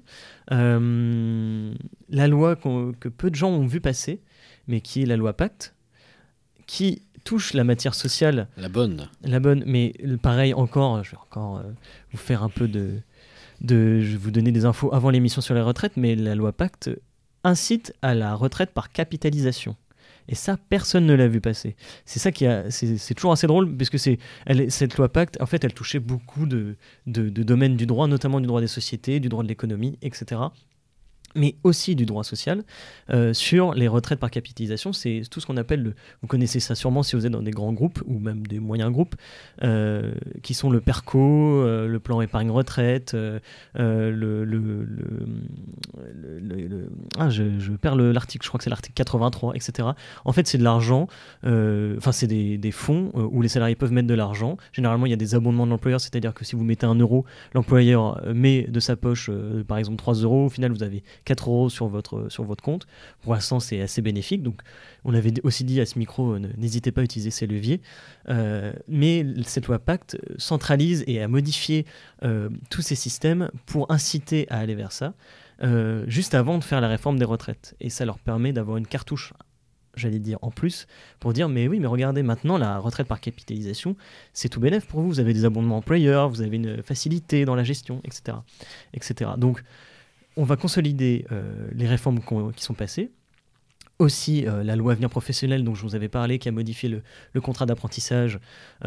euh, la loi que peu de gens ont vu passer, mais qui est la loi Pacte, qui touche la matière sociale. La bonne. La bonne, mais pareil encore, je vais encore euh, vous faire un peu de, de... Je vais vous donner des infos avant l'émission sur les retraites, mais la loi Pacte incite à la retraite par capitalisation. Et ça, personne ne l'a vu passer. C'est ça qui a, c'est, c'est toujours assez drôle, parce que c'est, elle, cette loi Pacte, en fait, elle touchait beaucoup de, de, de domaines du droit, notamment du droit des sociétés, du droit de l'économie, et cetera, mais aussi du droit social, euh, sur les retraites par capitalisation. C'est tout ce qu'on appelle, le, vous connaissez ça sûrement si vous êtes dans des grands groupes, ou même des moyens groupes, euh, qui sont le PERCO, euh, le plan épargne retraite, euh, le, le, le, le, le, le... Ah, je, je perds le, l'article, je crois que c'est l'article quatre-vingt-trois, et cetera. En fait, c'est de l'argent, enfin, euh, c'est des, des fonds euh, où les salariés peuvent mettre de l'argent. Généralement, il y a des abondements de l'employeur, c'est-à-dire que si vous mettez un euro, l'employeur met de sa poche, euh, par exemple, trois euros, au final, vous avez quatre euros sur votre, sur votre compte. Pour l'instant, c'est assez bénéfique. Donc, on avait aussi dit à ce micro, n'hésitez pas à utiliser ces leviers. Euh, mais cette loi Pacte centralise et a modifié euh, tous ces systèmes pour inciter à aller vers ça, euh, juste avant de faire la réforme des retraites. Et ça leur permet d'avoir une cartouche, j'allais dire en plus, pour dire mais oui, mais regardez, maintenant la retraite par capitalisation, c'est tout bénef pour vous. Vous avez des abondements employeurs, vous avez une facilité dans la gestion, et cetera, et cetera. Donc, on va consolider euh, les réformes qui sont passées. Aussi, euh, la loi Avenir Professionnel, dont je vous avais parlé, qui a modifié le, le contrat d'apprentissage,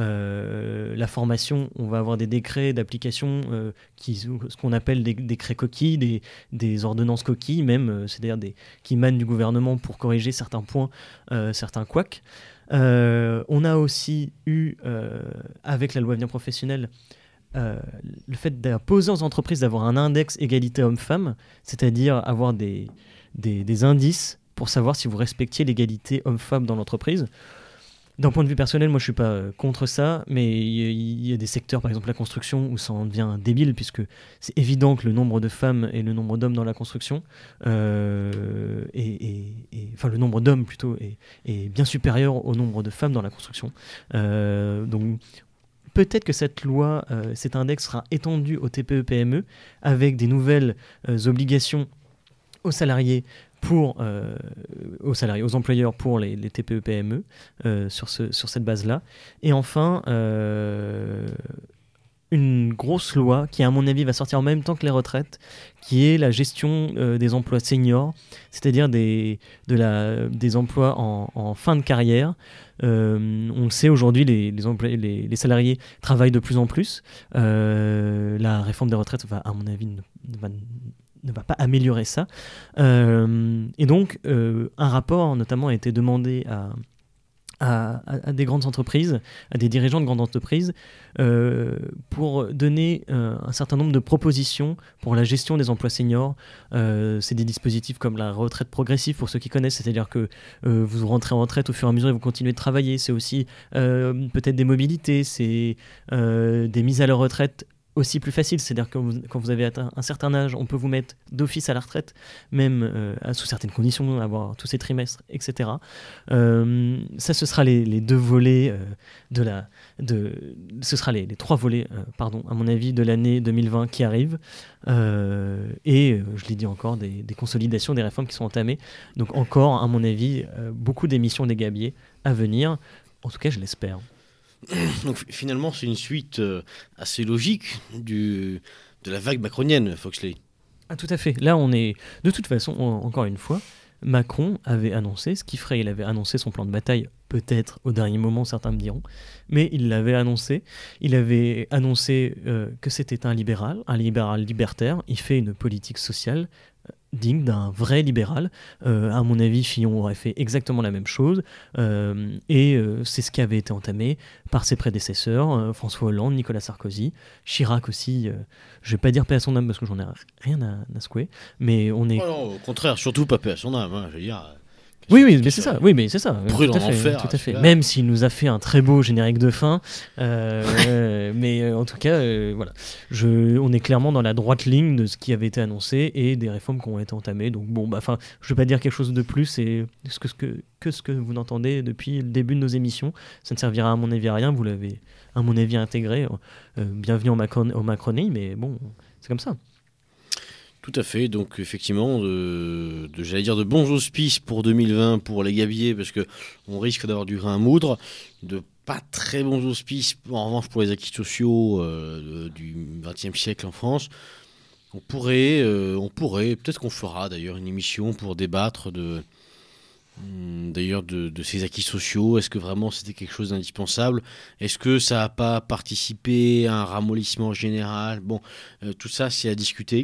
euh, la formation. On va avoir des décrets d'application, euh, qui, ce qu'on appelle des décrets coquilles, des, des ordonnances coquilles même, euh, c'est-à-dire des, qui émanent du gouvernement pour corriger certains points, euh, certains couacs. Euh, on a aussi eu, euh, avec la loi Avenir Professionnel, Euh, le fait d'imposer aux entreprises d'avoir un index égalité homme-femme, c'est-à-dire avoir des, des, des indices pour savoir si vous respectiez l'égalité homme-femme dans l'entreprise. D'un point de vue personnel, moi je suis pas contre ça, mais il y, y a des secteurs, par exemple la construction, où ça en devient débile, puisque c'est évident que le nombre de femmes et le nombre d'hommes dans la construction, euh, est, est, est, enfin le nombre d'hommes plutôt, est, est bien supérieur au nombre de femmes dans la construction. Euh, donc peut-être que cette loi, euh, cet index sera étendu aux T P E P M E avec des nouvelles euh, obligations aux salariés, pour, euh, aux salariés, aux employeurs pour les, les T P E P M E euh, sur, ce, sur cette base-là. Et enfin, euh, une grosse loi qui, à mon avis, va sortir en même temps que les retraites, qui est la gestion euh, des emplois seniors, c'est-à-dire des, de la, des emplois en, en fin de carrière. Euh, on le sait aujourd'hui, les, les, employés, les, les salariés travaillent de plus en plus. Euh, la réforme des retraites va, à mon avis, ne, va, ne va pas améliorer ça. Euh, et donc, euh, un rapport notamment a été demandé à, à, à, à des grandes entreprises, à des dirigeants de grandes entreprises, euh, pour donner euh, un certain nombre de propositions pour la gestion des emplois seniors. Euh, c'est des dispositifs comme la retraite progressive, pour ceux qui connaissent, c'est-à-dire que euh, vous rentrez en retraite au fur et à mesure et vous continuez de travailler. C'est aussi euh, peut-être des mobilités, c'est euh, des mises à la retraite aussi plus facile, c'est-à-dire que quand vous, quand vous avez atteint un certain âge, on peut vous mettre d'office à la retraite, même euh, sous certaines conditions, avoir tous ces trimestres, et cetera. Euh, ça, ce sera les, les deux volets euh, de la, de, ce sera les, les trois volets, euh, pardon, à mon avis, de l'année deux mille vingt qui arrivent. Euh, et euh, je l'ai dit encore, des, des consolidations, des réformes qui sont entamées. Donc encore, à mon avis, euh, beaucoup d'émissions des gabiers à venir. En tout cas, je l'espère. Donc finalement, c'est une suite euh, assez logique du, de la vague macronienne, Foxley. Ah, tout à fait. Là, on est... De toute façon, on, encore une fois, Macron avait annoncé ce qu'il ferait. Il avait annoncé son plan de bataille, peut-être au dernier moment, certains me diront, mais il l'avait annoncé. Il avait annoncé euh, que c'était un libéral, un libéral libertaire. Il fait une politique sociale digne d'un vrai libéral. Euh, à mon avis, Fillon aurait fait exactement la même chose. Euh, et euh, c'est ce qui avait été entamé par ses prédécesseurs, euh, François Hollande, Nicolas Sarkozy, Chirac aussi. Euh, je ne vais pas dire paix à son âme parce que j'en ai rien à, à secouer. Mais on est... Oh non, au contraire, surtout pas paix à son âme. Hein, je veux dire... Oui, oui, mais c'est ça. Oui, mais c'est ça. Brûle en enfer. Tout à fait. Même s'il nous a fait un très beau générique de fin, euh, euh, mais euh, en tout cas, euh, voilà. Je, on est clairement dans la droite ligne de ce qui avait été annoncé et des réformes qui ont été entamées. Donc bon, bah, enfin, je ne vais pas dire quelque chose de plus. C'est ce que, ce que, que ce que vous entendez depuis le début de nos émissions. Ça ne servira à mon avis à rien. Vous l'avez, à mon avis, intégré. Euh, bienvenue au, Macron, au Macronie, mais bon, c'est comme ça. Tout à fait, donc effectivement, de, de, j'allais dire de bons auspices pour deux mille vingt pour les gabiers, parce qu'on risque d'avoir du grain à moudre, de pas très bons auspices en revanche pour les acquis sociaux euh, du vingtième siècle en France. On pourrait, euh, on pourrait, peut-être qu'on fera d'ailleurs une émission pour débattre de, d'ailleurs de, de ces acquis sociaux. Est-ce que vraiment c'était quelque chose d'indispensable ? Est-ce que ça n'a pas participé à un ramollissement général ? Bon, euh, tout ça c'est à discuter.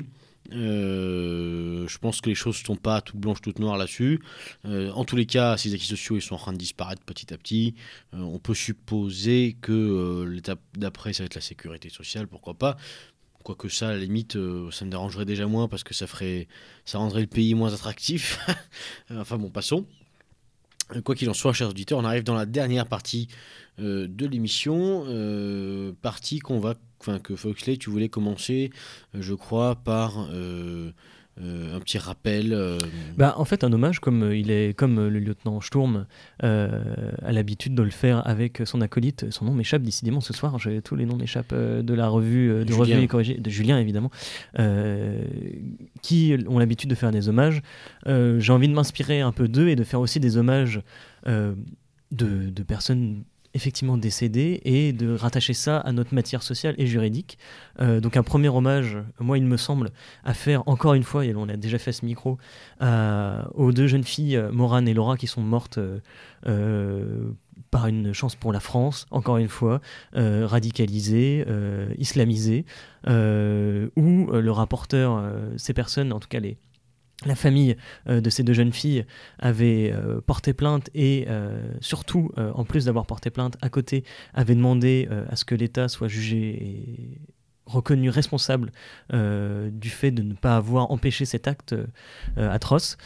Euh, je pense que les choses ne sont pas toutes blanches, toutes noires là-dessus. Euh, en tous les cas, ces acquis sociaux ils sont en train de disparaître petit à petit. Euh, on peut supposer que euh, l'étape d'après, ça va être la sécurité sociale, pourquoi pas. Quoique ça, à la limite, euh, ça me dérangerait déjà moins parce que ça, ferait, ça rendrait le pays moins attractif. Enfin bon, passons. Quoi qu'il en soit, chers auditeurs, on arrive dans la dernière partie euh, de l'émission, euh, partie qu'on va, enfin que Foxley, tu voulais commencer, euh, je crois, par euh, euh, un petit rappel. Euh... Bah, en fait, un hommage, comme il est, comme le lieutenant Sturm euh, a l'habitude de le faire avec son acolyte. Son nom m'échappe décidément ce soir. J'ai, tous les noms m'échappent euh, de la revue euh, de Julien. Revue et Corrigé, de Julien évidemment, euh, qui ont l'habitude de faire des hommages. Euh, j'ai envie de m'inspirer un peu d'eux et de faire aussi des hommages euh, de, de personnes effectivement décédées et de rattacher ça à notre matière sociale et juridique. Euh, donc un premier hommage, moi il me semble, à faire encore une fois, et on a déjà fait à ce micro, euh, aux deux jeunes filles, Morane et Laura, qui sont mortes euh, euh, par une chance pour la France, encore une fois, euh, radicalisées, euh, islamisées, euh, où euh, le rapporteur, euh, ces personnes, en tout cas les La famille euh, de ces deux jeunes filles avait euh, porté plainte et euh, surtout, euh, en plus d'avoir porté plainte, à côté, avait demandé euh, à ce que l'État soit jugé et reconnu responsable euh, du fait de ne pas avoir empêché cet acte euh, atroce.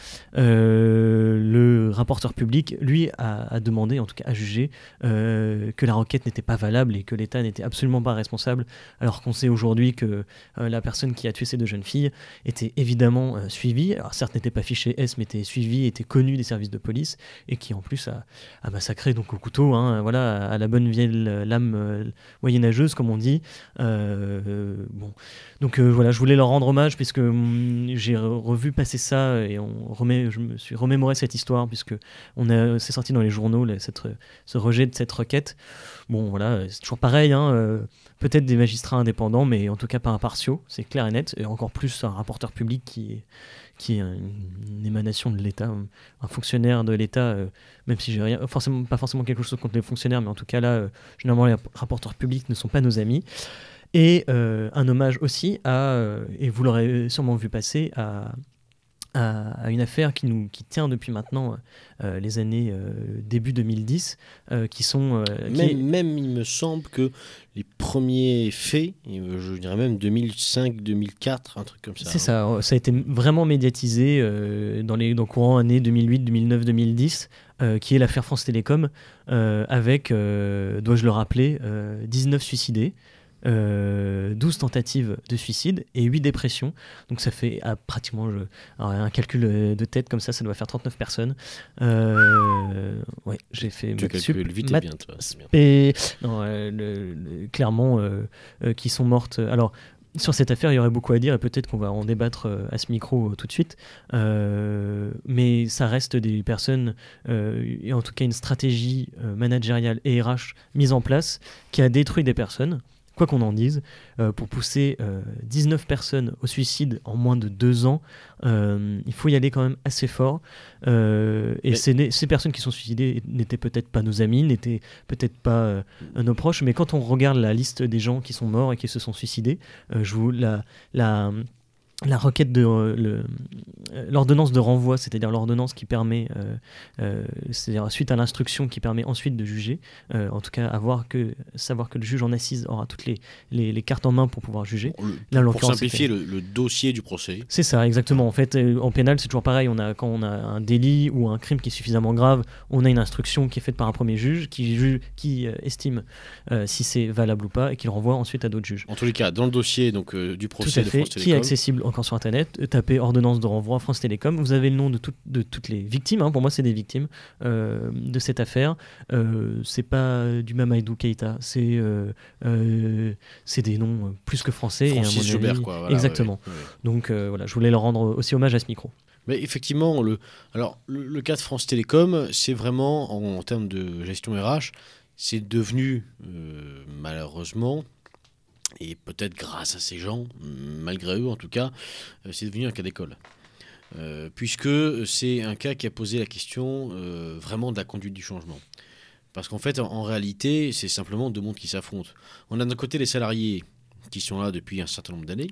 Euh, le rapporteur public, lui, a, a demandé, en tout cas a jugé, euh, que la requête n'était pas valable et que l'État n'était absolument pas responsable, alors qu'on sait aujourd'hui que euh, la personne qui a tué ces deux jeunes filles était évidemment euh, suivie, alors certes n'était pas fichée S, mais était suivie, était connue des services de police, et qui en plus a, a massacré donc au couteau, hein, voilà, à la bonne vieille lame euh, moyenâgeuse, comme on dit. Euh, Euh, bon. Donc euh, voilà, je voulais leur rendre hommage puisque hum, j'ai revu passer ça et on remet, je me suis remémoré cette histoire puisque on a, c'est sorti dans les journaux là, cette, ce rejet de cette requête. Bon voilà, c'est toujours pareil, hein, euh, peut-être des magistrats indépendants, mais en tout cas pas impartiaux, c'est clair et net, et encore plus un rapporteur public qui est, qui est une, une émanation de l'État, un, un fonctionnaire de l'État, euh, même si j'ai rien, forcément, pas forcément quelque chose contre les fonctionnaires, mais en tout cas là, euh, généralement les rapporteurs publics ne sont pas nos amis. Et euh, un hommage aussi à, euh, et vous l'aurez sûrement vu passer, à, à, à une affaire qui, nous, qui tient depuis maintenant euh, les années euh, début deux mille dix, euh, qui sont... Euh, même, qui... même, il me semble que les premiers faits, je dirais même deux mille cinq deux mille quatre, un truc comme ça. C'est hein. ça, ça a été vraiment médiatisé euh, dans les dans le courant années deux mille huit, deux mille neuf, deux mille dix, euh, qui est l'affaire France Télécom, euh, avec, euh, dois-je le rappeler, euh, dix-neuf suicidés. Euh, douze tentatives de suicide et huit dépressions, donc ça fait ah, pratiquement je, alors, un calcul de tête comme ça, ça doit faire trente-neuf personnes. Euh, ouais, j'ai fait tu calcules vite et bien, toi, c'est bien. Et, non, euh, le, le, clairement euh, euh, qui sont mortes. Alors sur cette affaire, il y aurait beaucoup à dire et peut-être qu'on va en débattre euh, à ce micro euh, tout de suite. Euh, mais ça reste des personnes, euh, et en tout cas une stratégie euh, managériale et R H mise en place qui a détruit des personnes. Quoi qu'on en dise, euh, pour pousser euh, dix-neuf personnes au suicide en moins de deux ans, euh, il faut y aller quand même assez fort. Euh, et ces, ces personnes qui sont suicidées n'étaient peut-être pas nos amis, n'étaient peut-être pas euh, nos proches, mais quand on regarde la liste des gens qui sont morts et qui se sont suicidés, euh, je vous la... la La requête de euh, le, euh, l'ordonnance de renvoi, c'est-à-dire l'ordonnance qui permet, euh, euh, c'est-à-dire suite à l'instruction qui permet ensuite de juger, euh, en tout cas avoir que, savoir que le juge en assise aura toutes les, les, les cartes en main pour pouvoir juger. Le, Là, pour simplifier le, le dossier du procès. C'est ça, exactement. En fait, euh, en pénal, c'est toujours pareil. On a, quand on a un délit ou un crime qui est suffisamment grave, on a une instruction qui est faite par un premier juge qui, juge, qui euh, estime euh, si c'est valable ou pas et qui le renvoie ensuite à d'autres juges. En tous les cas, dans le dossier donc, euh, du procès de France Télécom, qui est accessible encore sur internet, tapez ordonnance de renvoi France Télécom, vous avez le nom de, tout, de toutes les victimes, hein, pour moi c'est des victimes euh, de cette affaire. Euh, c'est pas du Mamadou Keïta, c'est euh, euh, c'est des noms plus que français. Francis et Joubert, quoi. Voilà, exactement. ouais, ouais. Donc euh, voilà, je voulais leur rendre aussi hommage à ce micro. Mais effectivement, le, alors, le, le cas de France Télécom, c'est vraiment, en, en termes de gestion R H, c'est devenu, euh, malheureusement, et peut-être grâce à ces gens, malgré eux en tout cas, euh, c'est devenu un cas d'école. Euh, puisque c'est un cas qui a posé la question euh, vraiment de la conduite du changement. Parce qu'en fait, en, en réalité, c'est simplement deux mondes qui s'affrontent. On a d'un côté les salariés qui sont là depuis un certain nombre d'années,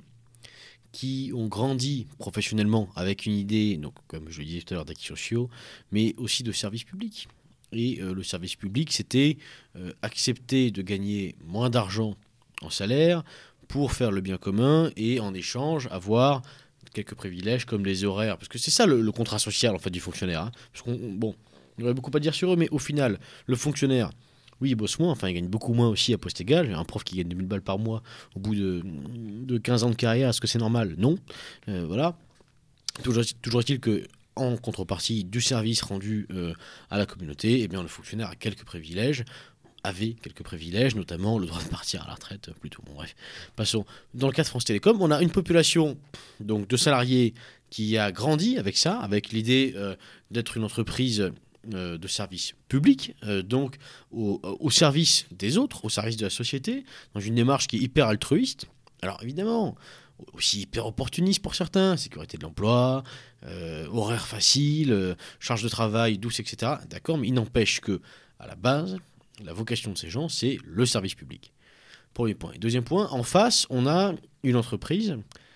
qui ont grandi professionnellement avec une idée, donc, comme je le disais tout à l'heure, d'acquis sociaux, mais aussi de services publics. Et euh, le service public, c'était euh, accepter de gagner moins d'argent en salaire pour faire le bien commun et en échange avoir quelques privilèges comme les horaires, parce que c'est ça le, le contrat social en fait du fonctionnaire, hein. Parce qu'on, bon, on aurait beaucoup à dire sur eux, mais au final le fonctionnaire, oui, il bosse moins, enfin il gagne beaucoup moins aussi à poste égal. Un prof qui gagne deux mille balles par mois au bout de, de quinze ans de carrière, est-ce que c'est normal? Non. Euh, voilà, toujours, toujours est-il que en contrepartie du service rendu euh, à la communauté, eh bien, le fonctionnaire a quelques privilèges, avait quelques privilèges, notamment le droit de partir à la retraite, plutôt. Bon, bref, passons. Dans le cas de France Télécom, on a une population donc, de salariés qui a grandi avec ça, avec l'idée euh, d'être une entreprise euh, de service public, euh, donc au, au service des autres, au service de la société, dans une démarche qui est hyper altruiste. Alors évidemment, aussi hyper opportuniste pour certains, sécurité de l'emploi, euh, horaire facile, euh, charge de travail douce, et cetera. D'accord, mais il n'empêche que, à la base, la vocation de ces gens, c'est le service public. Premier point. Et deuxième point, en face, on a une entreprise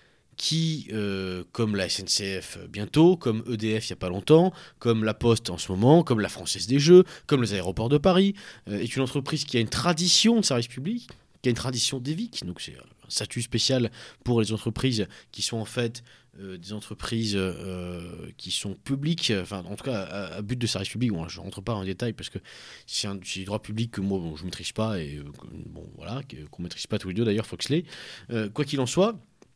qui, euh, comme la S N C F bientôt, comme E D F il n'y a pas longtemps, comme la Poste en ce moment, comme la Française des Jeux, comme les aéroports de Paris, euh, est une entreprise qui a une tradition de service public, qui a une tradition d'E V I C, donc c'est un statut spécial pour les entreprises qui sont en fait euh, des entreprises euh, qui sont publiques, enfin en tout cas à, à but de service public. Bon, je ne rentre pas en détail parce que c'est un c'est du droit public que moi bon, je ne maîtrise pas et euh, bon voilà qu'on ne maîtrise pas tous les deux d'ailleurs, Foxley. Euh, quoi qu'il en soit,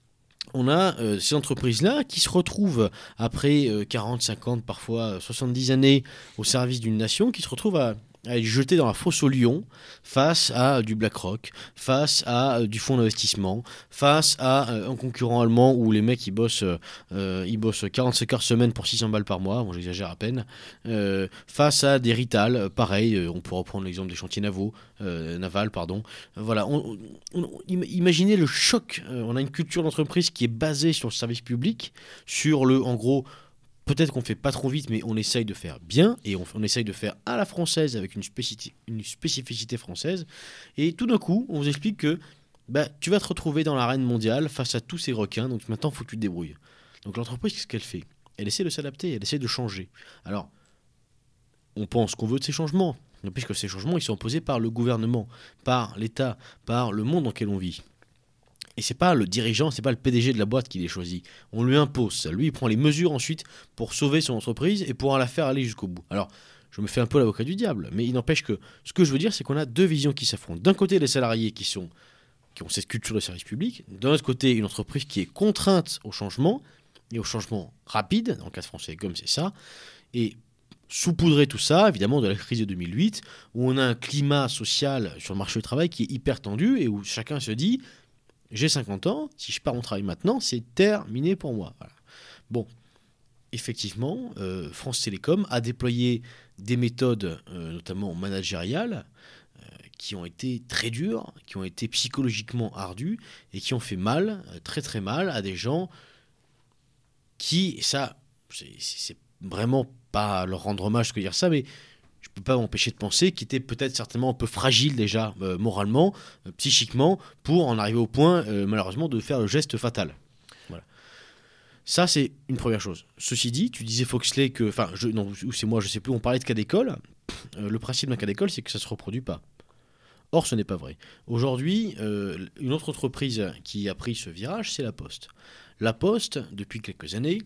on a euh, ces entreprises-là qui se retrouvent après euh, quarante, cinquante, parfois soixante-dix années au service d'une nation, qui se retrouvent à à être jeté dans la fosse aux lions face à du BlackRock, face à euh, du fonds d'investissement, face à euh, un concurrent allemand où les mecs ils bossent, euh, ils bossent quarante-cinq heures semaine pour six cents balles par mois, bon j'exagère à peine, euh, face à des Rital, euh, pareil, euh, on pourra prendre l'exemple des chantiers navaux, euh, navals, pardon. Euh, voilà, on, on, on, imaginez le choc, euh, on a une culture d'entreprise qui est basée sur le service public, sur le, en gros, peut-être qu'on ne fait pas trop vite, mais on essaye de faire bien, et on, on essaye de faire à la française, avec une, spécifi- une spécificité française. Et tout d'un coup, on vous explique que bah, tu vas te retrouver dans l'arène mondiale face à tous ces requins, donc maintenant, il faut que tu te débrouilles. Donc l'entreprise, qu'est-ce qu'elle fait ? elle essaie de s'adapter, elle essaie de changer. Alors, on pense qu'on veut de ces changements, puisque ces changements, ils sont imposés par le gouvernement, par l'État, par le monde dans lequel on vit. Et c'est pas le dirigeant, c'est pas le P D G de la boîte qui les choisit. On lui impose ça. Lui, il prend les mesures ensuite pour sauver son entreprise et pour la faire aller jusqu'au bout. Alors, je me fais un peu l'avocat du diable, mais il n'empêche que ce que je veux dire, c'est qu'on a deux visions qui s'affrontent. D'un côté, les salariés qui, sont, qui ont cette culture de service public. D'un autre côté, une entreprise qui est contrainte au changement, et au changement rapide. Dans le cas de France Télécom, c'est ça. Et saupoudrer tout ça, évidemment, de la crise de deux mille huit, où on a un climat social sur le marché du travail qui est hyper tendu, et où chacun se dit... J'ai cinquante ans, si je pars mon travail maintenant, c'est terminé pour moi. Voilà. Bon, effectivement, euh, France Télécom a déployé des méthodes, euh, notamment managériales, euh, qui ont été très dures, qui ont été psychologiquement ardues, et qui ont fait mal, euh, très très mal, à des gens qui, ça, c'est, c'est vraiment pas leur rendre hommage que dire ça, mais... je ne peux pas m'empêcher de penser qu'il était peut-être certainement un peu fragile déjà, euh, moralement, euh, psychiquement, pour en arriver au point, euh, malheureusement, de faire le geste fatal. Voilà. Ça, c'est une première chose. Ceci dit, tu disais Foxley que... Enfin, je, non, ou c'est moi, je ne sais plus, on parlait de cas d'école. Euh, le principe d'un cas d'école, c'est que ça ne se reproduit pas. Or, ce n'est pas vrai. Aujourd'hui, euh, une autre entreprise qui a pris ce virage, c'est La Poste. La Poste, depuis quelques années...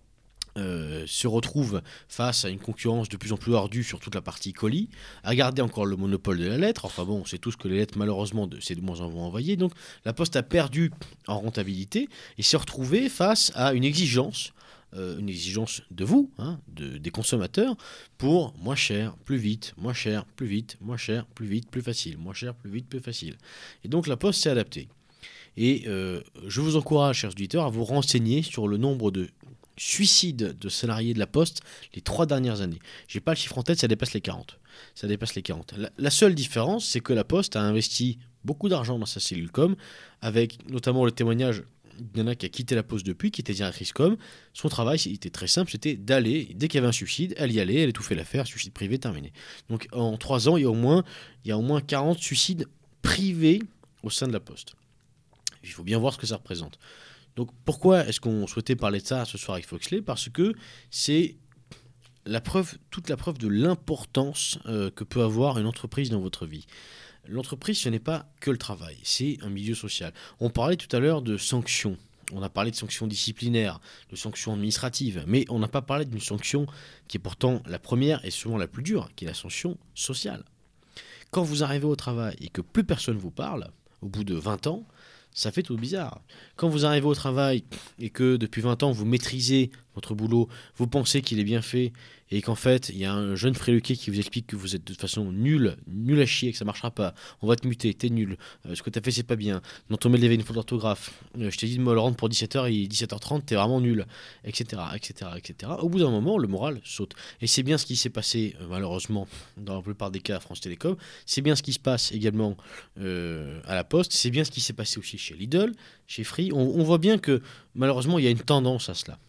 Euh, se retrouve face à une concurrence de plus en plus ardue sur toute la partie colis, a gardé encore le monopole de la lettre. Enfin bon, on sait tous que les lettres, malheureusement, de, c'est de moins en moins envoyées. Donc la Poste a perdu en rentabilité et s'est retrouvée face à une exigence, euh, une exigence de vous, hein, de, des consommateurs, pour moins cher, plus vite, moins cher, plus vite, moins cher, plus vite, plus facile, moins cher, plus vite, plus facile. Et donc la Poste s'est adaptée. Et euh, je vous encourage, chers auditeurs, à vous renseigner sur le nombre de suicides de salariés de la Poste les trois dernières années. J'ai pas le chiffre en tête, ça dépasse les quarante. Ça dépasse les quarante. La, la seule différence, c'est que la Poste a investi beaucoup d'argent dans sa cellule com, avec notamment le témoignage d'un qui a quitté la Poste depuis, qui était directrice com. Son travail, c'était très simple, c'était d'aller, dès qu'il y avait un suicide, elle y allait, elle étouffait l'affaire, suicide privé, terminé. Donc en trois ans, il y a au moins, il y a au moins quarante suicides privés au sein de la Poste. Il faut bien voir ce que ça représente. Donc pourquoi est-ce qu'on souhaitait parler de ça ce soir avec Foxley ? Parce que c'est la preuve, toute la preuve de l'importance euh, que peut avoir une entreprise dans votre vie. L'entreprise, ce n'est pas que le travail, c'est un milieu social. On parlait tout à l'heure de sanctions. On a parlé de sanctions disciplinaires, de sanctions administratives, mais on n'a pas parlé d'une sanction qui est pourtant la première et souvent la plus dure, qui est la sanction sociale. Quand vous arrivez au travail et que plus personne vous parle, au bout de vingt ans, ça fait tout bizarre. Quand vous arrivez au travail et que depuis vingt ans, vous maîtrisez votre boulot, vous pensez qu'il est bien fait et qu'en fait, il y a un jeune fréluquet qui vous explique que vous êtes de toute façon nul, nul à chier, que ça ne marchera pas, on va te muter, t'es nul, euh, ce que t'as fait, c'est pas bien, dans ton mail, il y avait une faute d'orthographe, euh, je t'ai dit de me le rendre pour dix-sept heures, il est dix-sept heures trente, t'es vraiment nul, et cetera, et cetera, et cetera. Au bout d'un moment, le moral saute. Et c'est bien ce qui s'est passé, euh, malheureusement, dans la plupart des cas à France Télécom, c'est bien ce qui se passe également euh, à la Poste, c'est bien ce qui s'est passé aussi chez Lidl, chez Free. On, on voit bien que, malheureusement, il y a une tendance à cela.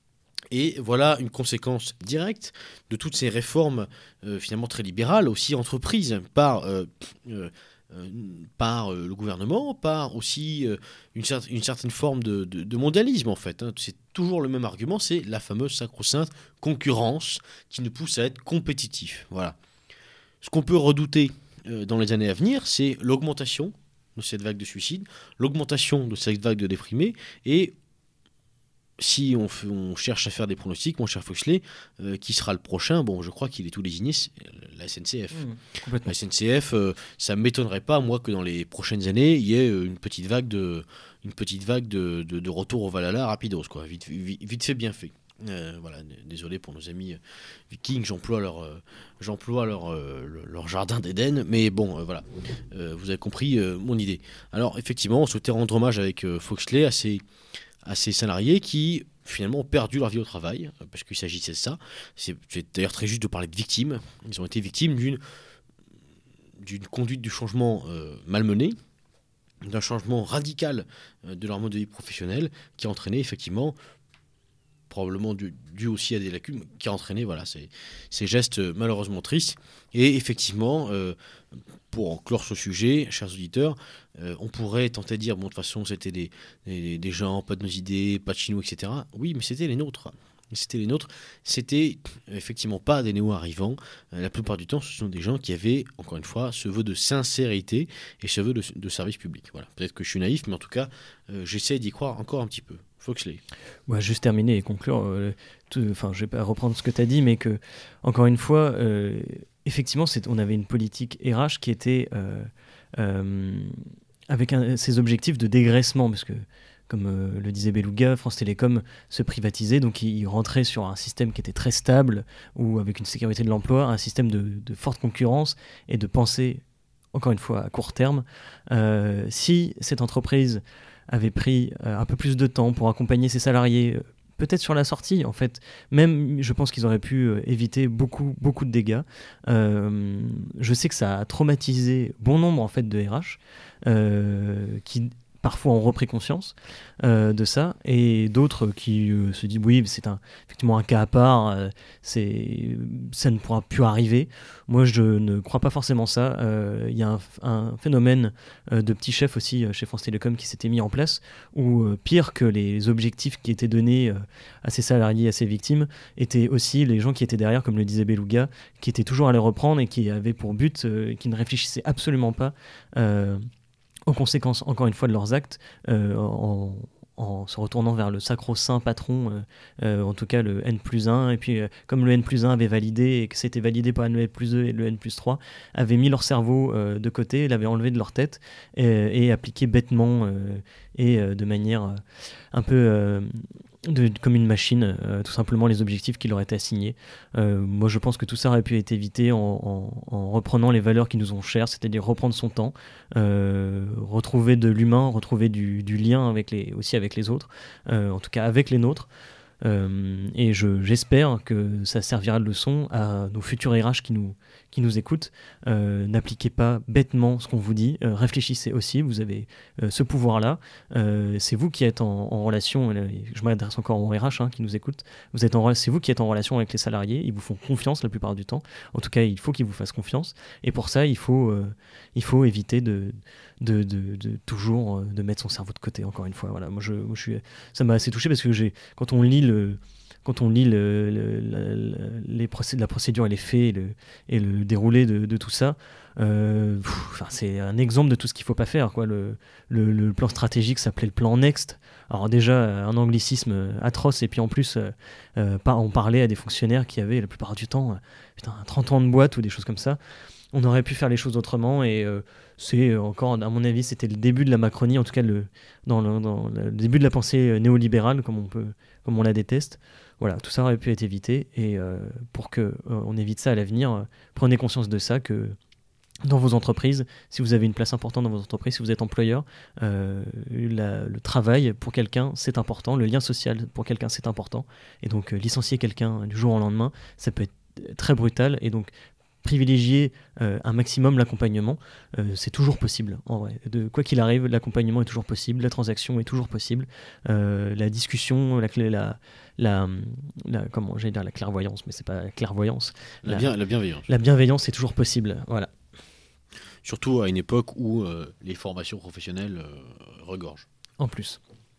Et voilà une conséquence directe de toutes ces réformes euh, finalement très libérales, aussi entreprises par, euh, euh, euh, par euh, le gouvernement, par aussi euh, une, cer- une certaine forme de, de, de mondialisme en fait. Hein. C'est toujours le même argument, c'est la fameuse sacro-sainte concurrence qui nous pousse à être compétitifs. Voilà. Ce qu'on peut redouter euh, dans les années à venir, c'est l'augmentation de cette vague de suicides, l'augmentation de cette vague de déprimés et si on, fait, on cherche à faire des pronostics, mon cher Foxley, euh, qui sera le prochain ? Bon, je crois qu'il est tout désigné, c'est la S N C F. Mmh, la S N C F, euh, ça ne m'étonnerait pas, moi, que dans les prochaines années, il y ait une petite vague de, une petite vague de, de, de retour au Valhalla rapidos, quoi. Vite, vite, vite fait, bien fait. Euh, voilà, désolé pour nos amis vikings, j'emploie leur, euh, j'emploie leur, euh, leur jardin d'Éden, mais bon, euh, voilà, euh, vous avez compris euh, mon idée. Alors, effectivement, on souhaitait rendre hommage avec euh, Foxley à ces... à ces salariés qui finalement ont perdu leur vie au travail, parce qu'il s'agissait de ça. C'est, c'est d'ailleurs très juste de parler de victimes. Ils ont été victimes d'une, d'une conduite du changement euh, malmenée, d'un changement radical euh, de leur mode de vie professionnel, qui a entraîné effectivement, probablement dû, dû aussi à des lacunes, qui a entraîné voilà, ces, ces gestes malheureusement tristes. Et effectivement, euh, pour clore ce sujet, chers auditeurs, euh, on pourrait tenter de dire, bon, de toute façon, c'était des, des, des gens, pas de nos idées, pas de chez nous, et cetera. Oui, mais c'était les nôtres. c'était les nôtres, c'était effectivement pas des néo-arrivants. La plupart du temps, ce sont des gens qui avaient, encore une fois, ce vœu de sincérité et ce vœu de, de service public. Voilà. Peut-être que je suis naïf, mais en tout cas, euh, j'essaie d'y croire encore un petit peu. Foxley. Ouais, juste terminer et conclure. Euh, tout, enfin, je vais pas reprendre ce que tu as dit, mais que, encore une fois, euh, effectivement, c'est, on avait une politique R H qui était euh, euh, avec un, ses objectifs de dégraissement, parce que, comme euh, le disait Beluga, France Télécom se privatisait, donc il, il rentrait sur un système qui était très stable, ou avec une sécurité de l'emploi, un système de, de forte concurrence et de pensée, encore une fois, à court terme. Euh, si cette entreprise avait pris euh, un peu plus de temps pour accompagner ses salariés, euh, peut-être sur la sortie, en fait. Même, je pense qu'ils auraient pu euh, éviter beaucoup, beaucoup de dégâts. Euh, je sais que ça a traumatisé bon nombre, en fait, de R H, euh, qui parfois ont repris conscience euh, de ça, et d'autres qui euh, se disent oui, c'est un, effectivement un cas à part, euh, c'est, ça ne pourra plus arriver. Moi, je ne crois pas forcément ça. Il euh, y a un, un phénomène euh, de petits chefs aussi euh, chez France Télécom qui s'était mis en place, où euh, pire que les objectifs qui étaient donnés euh, à ses salariés, à ses victimes, étaient aussi les gens qui étaient derrière, comme le disait Beluga, qui étaient toujours à les reprendre et qui avaient pour but, euh, qui ne réfléchissaient absolument pas euh, aux conséquences, encore une fois, de leurs actes, euh, en, en se retournant vers le sacro-saint patron, euh, euh, en tout cas le N plus un, et puis euh, comme le N plus un avait validé, et que c'était validé par le N plus deux et le N plus trois, avaient mis leur cerveau euh, de côté, l'avaient enlevé de leur tête, et, et appliqué bêtement, euh, et euh, de manière euh, un peu... Euh, De, comme une machine, euh, tout simplement les objectifs qui leur étaient assignés. Euh, moi, je pense que tout ça aurait pu être évité en, en, en reprenant les valeurs qui nous ont chères, c'est-à-dire reprendre son temps, euh, retrouver de l'humain, retrouver du, du lien avec les, aussi avec les autres, euh, en tout cas avec les nôtres. Euh, et je, j'espère que ça servira de leçon à nos futurs R H qui nous, qui nous écoutent. Euh, n'appliquez pas bêtement ce qu'on vous dit, euh, réfléchissez aussi, vous avez euh, ce pouvoir-là. Euh, c'est vous qui êtes en, en relation, je m'adresse encore aux R H hein, qui nous écoutent, vous êtes en, c'est vous qui êtes en relation avec les salariés, ils vous font confiance la plupart du temps. En tout cas, il faut qu'ils vous fassent confiance. Et pour ça, il faut, euh, il faut éviter de... De, de, de toujours euh, de mettre son cerveau de côté, encore une fois. Voilà, moi je, moi je suis, ça m'a assez touché parce que j'ai, quand on lit le, quand on lit le, le, le, les procé- la procédure et les faits et le, et le déroulé de, de tout ça, euh, pff, c'est un exemple de tout ce qu'il ne faut pas faire, quoi. Le, le, le plan stratégique s'appelait le plan Next. Alors déjà, un anglicisme atroce, et puis en plus, euh, euh, on parlait à des fonctionnaires qui avaient la plupart du temps euh, putain, trente ans de boîte ou des choses comme ça. On aurait pu faire les choses autrement, et euh, c'est encore, à mon avis, c'était le début de la Macronie, en tout cas le, dans, le, dans le début de la pensée néolibérale, comme on, peut, comme on la déteste. Voilà, tout ça aurait pu être évité, et euh, pour qu'on euh, évite ça à l'avenir, euh, prenez conscience de ça, que dans vos entreprises, si vous avez une place importante dans vos entreprises, si vous êtes employeur, euh, la, le travail pour quelqu'un, c'est important, le lien social pour quelqu'un, c'est important, et donc euh, licencier quelqu'un du jour au lendemain, ça peut être très brutal, et donc privilégier euh, un maximum l'accompagnement, euh, c'est toujours possible en vrai. De, quoi qu'il arrive, l'accompagnement est toujours possible, la transaction est toujours possible, euh, la discussion, la, la, la, la, comment, j'allais dire la clairvoyance, mais c'est pas la clairvoyance. La, la, bien, la bienveillance. La bienveillance est toujours possible, voilà. Surtout à une époque où euh, les formations professionnelles euh, regorgent. En plus.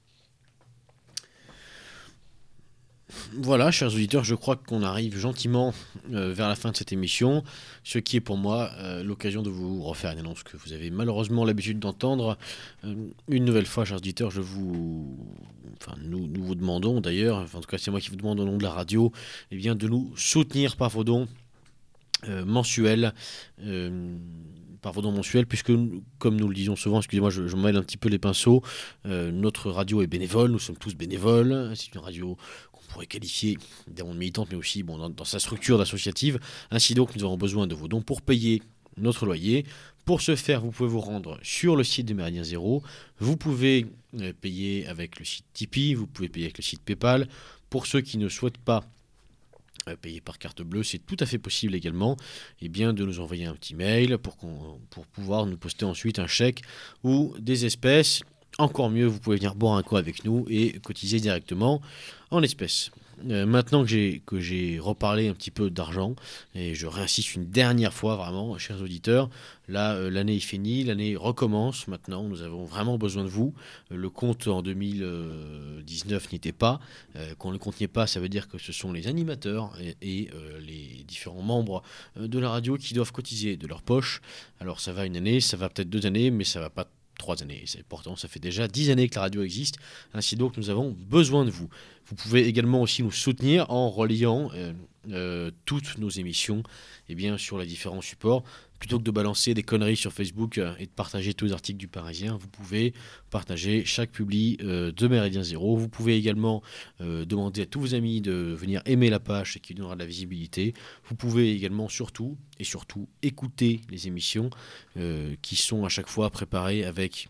Voilà, chers auditeurs, je crois qu'on arrive gentiment euh, vers la fin de cette émission, ce qui est pour moi euh, l'occasion de vous refaire une annonce que vous avez malheureusement l'habitude d'entendre. Euh, une nouvelle fois, chers auditeurs, je vous, enfin nous, nous vous demandons d'ailleurs, enfin, en tout cas c'est moi qui vous demande au nom de la radio, eh bien, de nous soutenir par vos dons euh, mensuels. Euh, par vos dons mensuels, puisque, comme nous le disons souvent, excusez-moi, je, je mêle un petit peu les pinceaux, euh, notre radio est bénévole, nous sommes tous bénévoles, c'est une radio qu'on pourrait qualifier d'évidemment militante, mais aussi bon, dans, dans sa structure d'associative. Ainsi donc, nous avons besoin de vos dons pour payer notre loyer. Pour ce faire, vous pouvez vous rendre sur le site de Méridien Zéro, vous pouvez euh, payer avec le site Tipeee, vous pouvez payer avec le site PayPal. Pour ceux qui ne souhaitent pas payer par carte bleue, c'est tout à fait possible également, et eh bien de nous envoyer un petit mail pour, qu'on, pour pouvoir nous poster ensuite un chèque ou des espèces. Encore mieux, vous pouvez venir boire un coup avec nous et cotiser directement en espèces. euh, maintenant que j'ai, que j'ai reparlé un petit peu d'argent, et je réinsiste une dernière fois vraiment, chers auditeurs, là euh, l'année est finie, l'année recommence maintenant, nous avons vraiment besoin de vous. Euh, le compte en deux mille dix-neuf n'y était pas, euh, quand le compte n'y est pas, ça veut dire que ce sont les animateurs et, et euh, les différents membres euh, de la radio qui doivent cotiser de leur poche. Alors ça va une année, ça va peut-être deux années, mais ça va pas trois années. C'est important, ça fait déjà dix années que la radio existe. Ainsi donc, nous avons besoin de vous. Vous pouvez également aussi nous soutenir en reliant euh, euh, toutes nos émissions eh bien, sur les différents supports. Plutôt que de balancer des conneries sur Facebook euh, et de partager tous les articles du Parisien, vous pouvez partager chaque publi euh, de Méridien Zéro. Vous pouvez également euh, demander à tous vos amis de venir aimer la page, ce qui donnera de la visibilité. Vous pouvez également surtout et surtout écouter les émissions euh, qui sont à chaque fois préparées avec...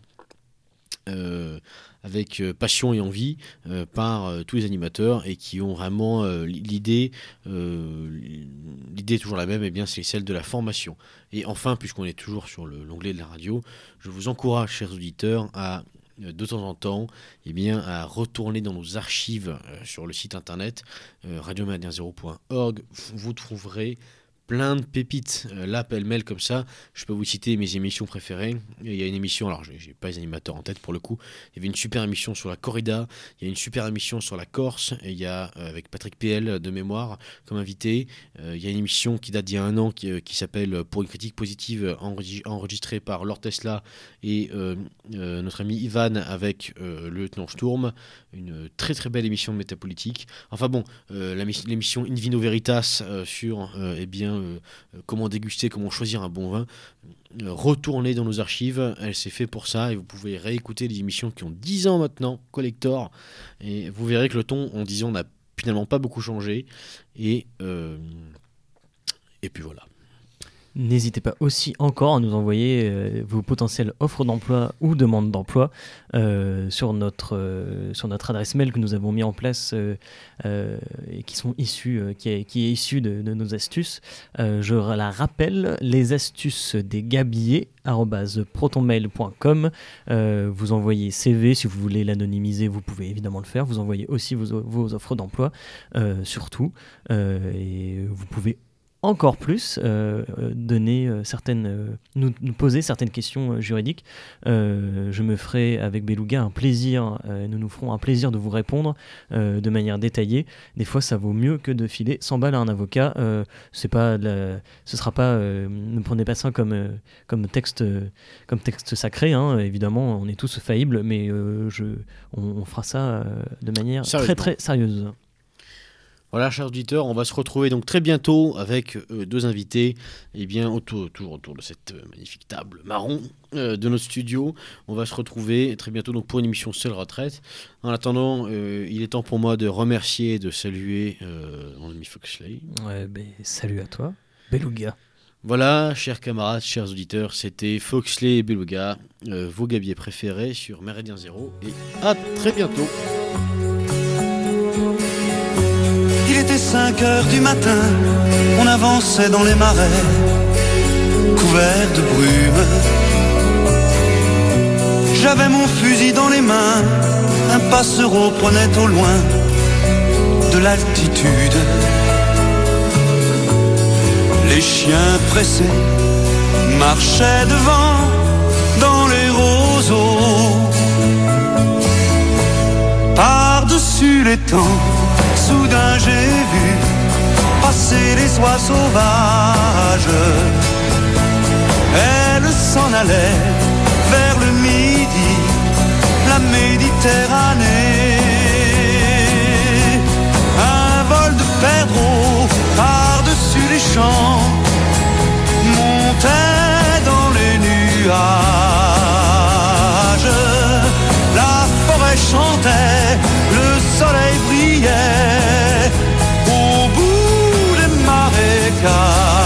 Euh, avec euh, passion et envie euh, par euh, tous les animateurs et qui ont vraiment euh, l'idée, euh, l'idée est toujours la même, et eh bien c'est celle de la formation. Et enfin, puisqu'on est toujours sur le, l'onglet de la radio, je vous encourage, chers auditeurs, à de temps en temps, eh bien, à retourner dans nos archives euh, sur le site internet euh, radio méridien zéro point org. Vous trouverez plein de pépites, euh, là, pêle-mêle comme ça. Je peux vous citer mes émissions préférées. Il y a une émission, alors j'ai, j'ai pas les animateurs en tête pour le coup, il y avait une super émission sur la corrida, il y a une super émission sur la Corse, et il y a euh, avec Patrick P L de mémoire comme invité, euh, il y a une émission qui date d'il y a un an qui, euh, qui s'appelle Pour une critique positive, enregi- enregistrée par Lord Tesla et euh, euh, notre ami Ivan avec euh, le lieutenant Sturm, une très très belle émission de métapolitique. Enfin bon, euh, la, l'émission In Vino Veritas euh, sur euh, eh bien Euh, comment déguster, comment choisir un bon vin, euh, retournez dans nos archives, elle s'est fait pour ça et vous pouvez réécouter les émissions qui ont dix ans maintenant, collector, et vous verrez que le ton en dix ans n'a finalement pas beaucoup changé et, euh, et puis voilà. N'hésitez pas aussi encore à nous envoyer euh, vos potentielles offres d'emploi ou demandes d'emploi euh, sur, notre, euh, sur notre adresse mail que nous avons mis en place euh, euh, et qui, sont issues, euh, qui, est, qui est issue de, de nos astuces. Euh, je la rappelle, les astuces des gabiers arobase protonmail point com. Euh, vous envoyez C V, si vous voulez l'anonymiser, vous pouvez évidemment le faire. Vous envoyez aussi vos, vos offres d'emploi, euh, surtout. Euh, et vous pouvez encore plus euh, donner euh, certaines, euh, nous, nous poser certaines questions euh, juridiques. Euh, je me ferai avec Beluga un plaisir, euh, nous nous ferons un plaisir de vous répondre euh, de manière détaillée. Des fois, ça vaut mieux que de filer cent balles à un avocat. Euh, c'est pas la, ce sera pas, euh, ne prenez pas ça comme, euh, comme, texte, euh, comme texte sacré. Hein. Évidemment, on est tous faillibles, mais euh, je, on, on fera ça euh, de manière très très sérieuse. Voilà, chers auditeurs, on va se retrouver donc très bientôt avec euh, deux invités, et bien autour, toujours autour de cette euh, magnifique table marron euh, de notre studio. On va se retrouver très bientôt donc pour une émission Seule Retraite. En attendant, euh, il est temps pour moi de remercier et de saluer euh, mon ami Foxley. Ouais, ben, salut à toi, Beluga. Voilà, chers camarades, chers auditeurs, c'était Foxley et Beluga, euh, vos gabiers préférés sur Méridien Zéro, et à très bientôt. Il était cinq heures du matin, on avançait dans les marais, couverts de brume. J'avais mon fusil dans les mains, un passereau prenait au loin de l'altitude. Les chiens pressés marchaient devant dans les roseaux. Par-dessus les temps, soudain j'ai vu passer les oies sauvages. Elles s'en allaient vers le midi, la Méditerranée. Un vol de perdreaux par-dessus les champs montait dans les nuages. La forêt chantait, le soleil brillait au bout des marécages.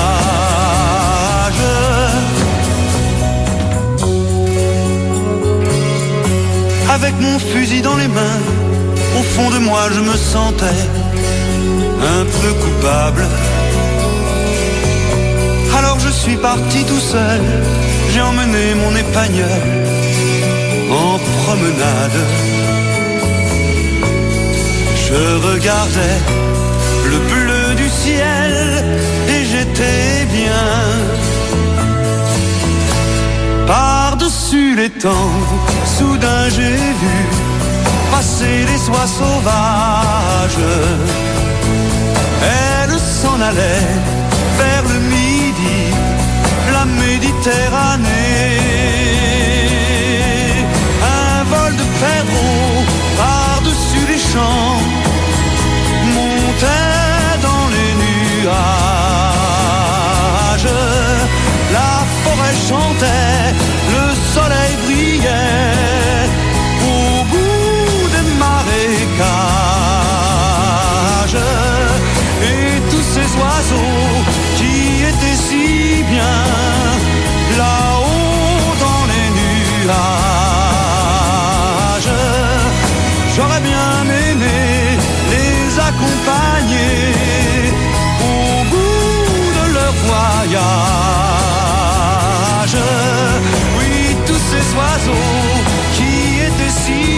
Avec mon fusil dans les mains, au fond de moi je me sentais un peu coupable. Alors je suis parti tout seul, j'ai emmené mon épagneul en promenade. Je regardais le bleu du ciel et j'étais bien. Par-dessus les temps, soudain j'ai vu passer les oies sauvages. Elles s'en allaient vers le midi, la Méditerranée. Un vol de perdreaux par-dessus les champs montait dans les nuages. La forêt chantait, le soleil brillait au bout des marécages. Et tous ces oiseaux qui étaient si bien là-haut dans les nuages, j'aurais bien aimé les accompagner au bout de leur voyage. Oui, tous ces oiseaux qui étaient si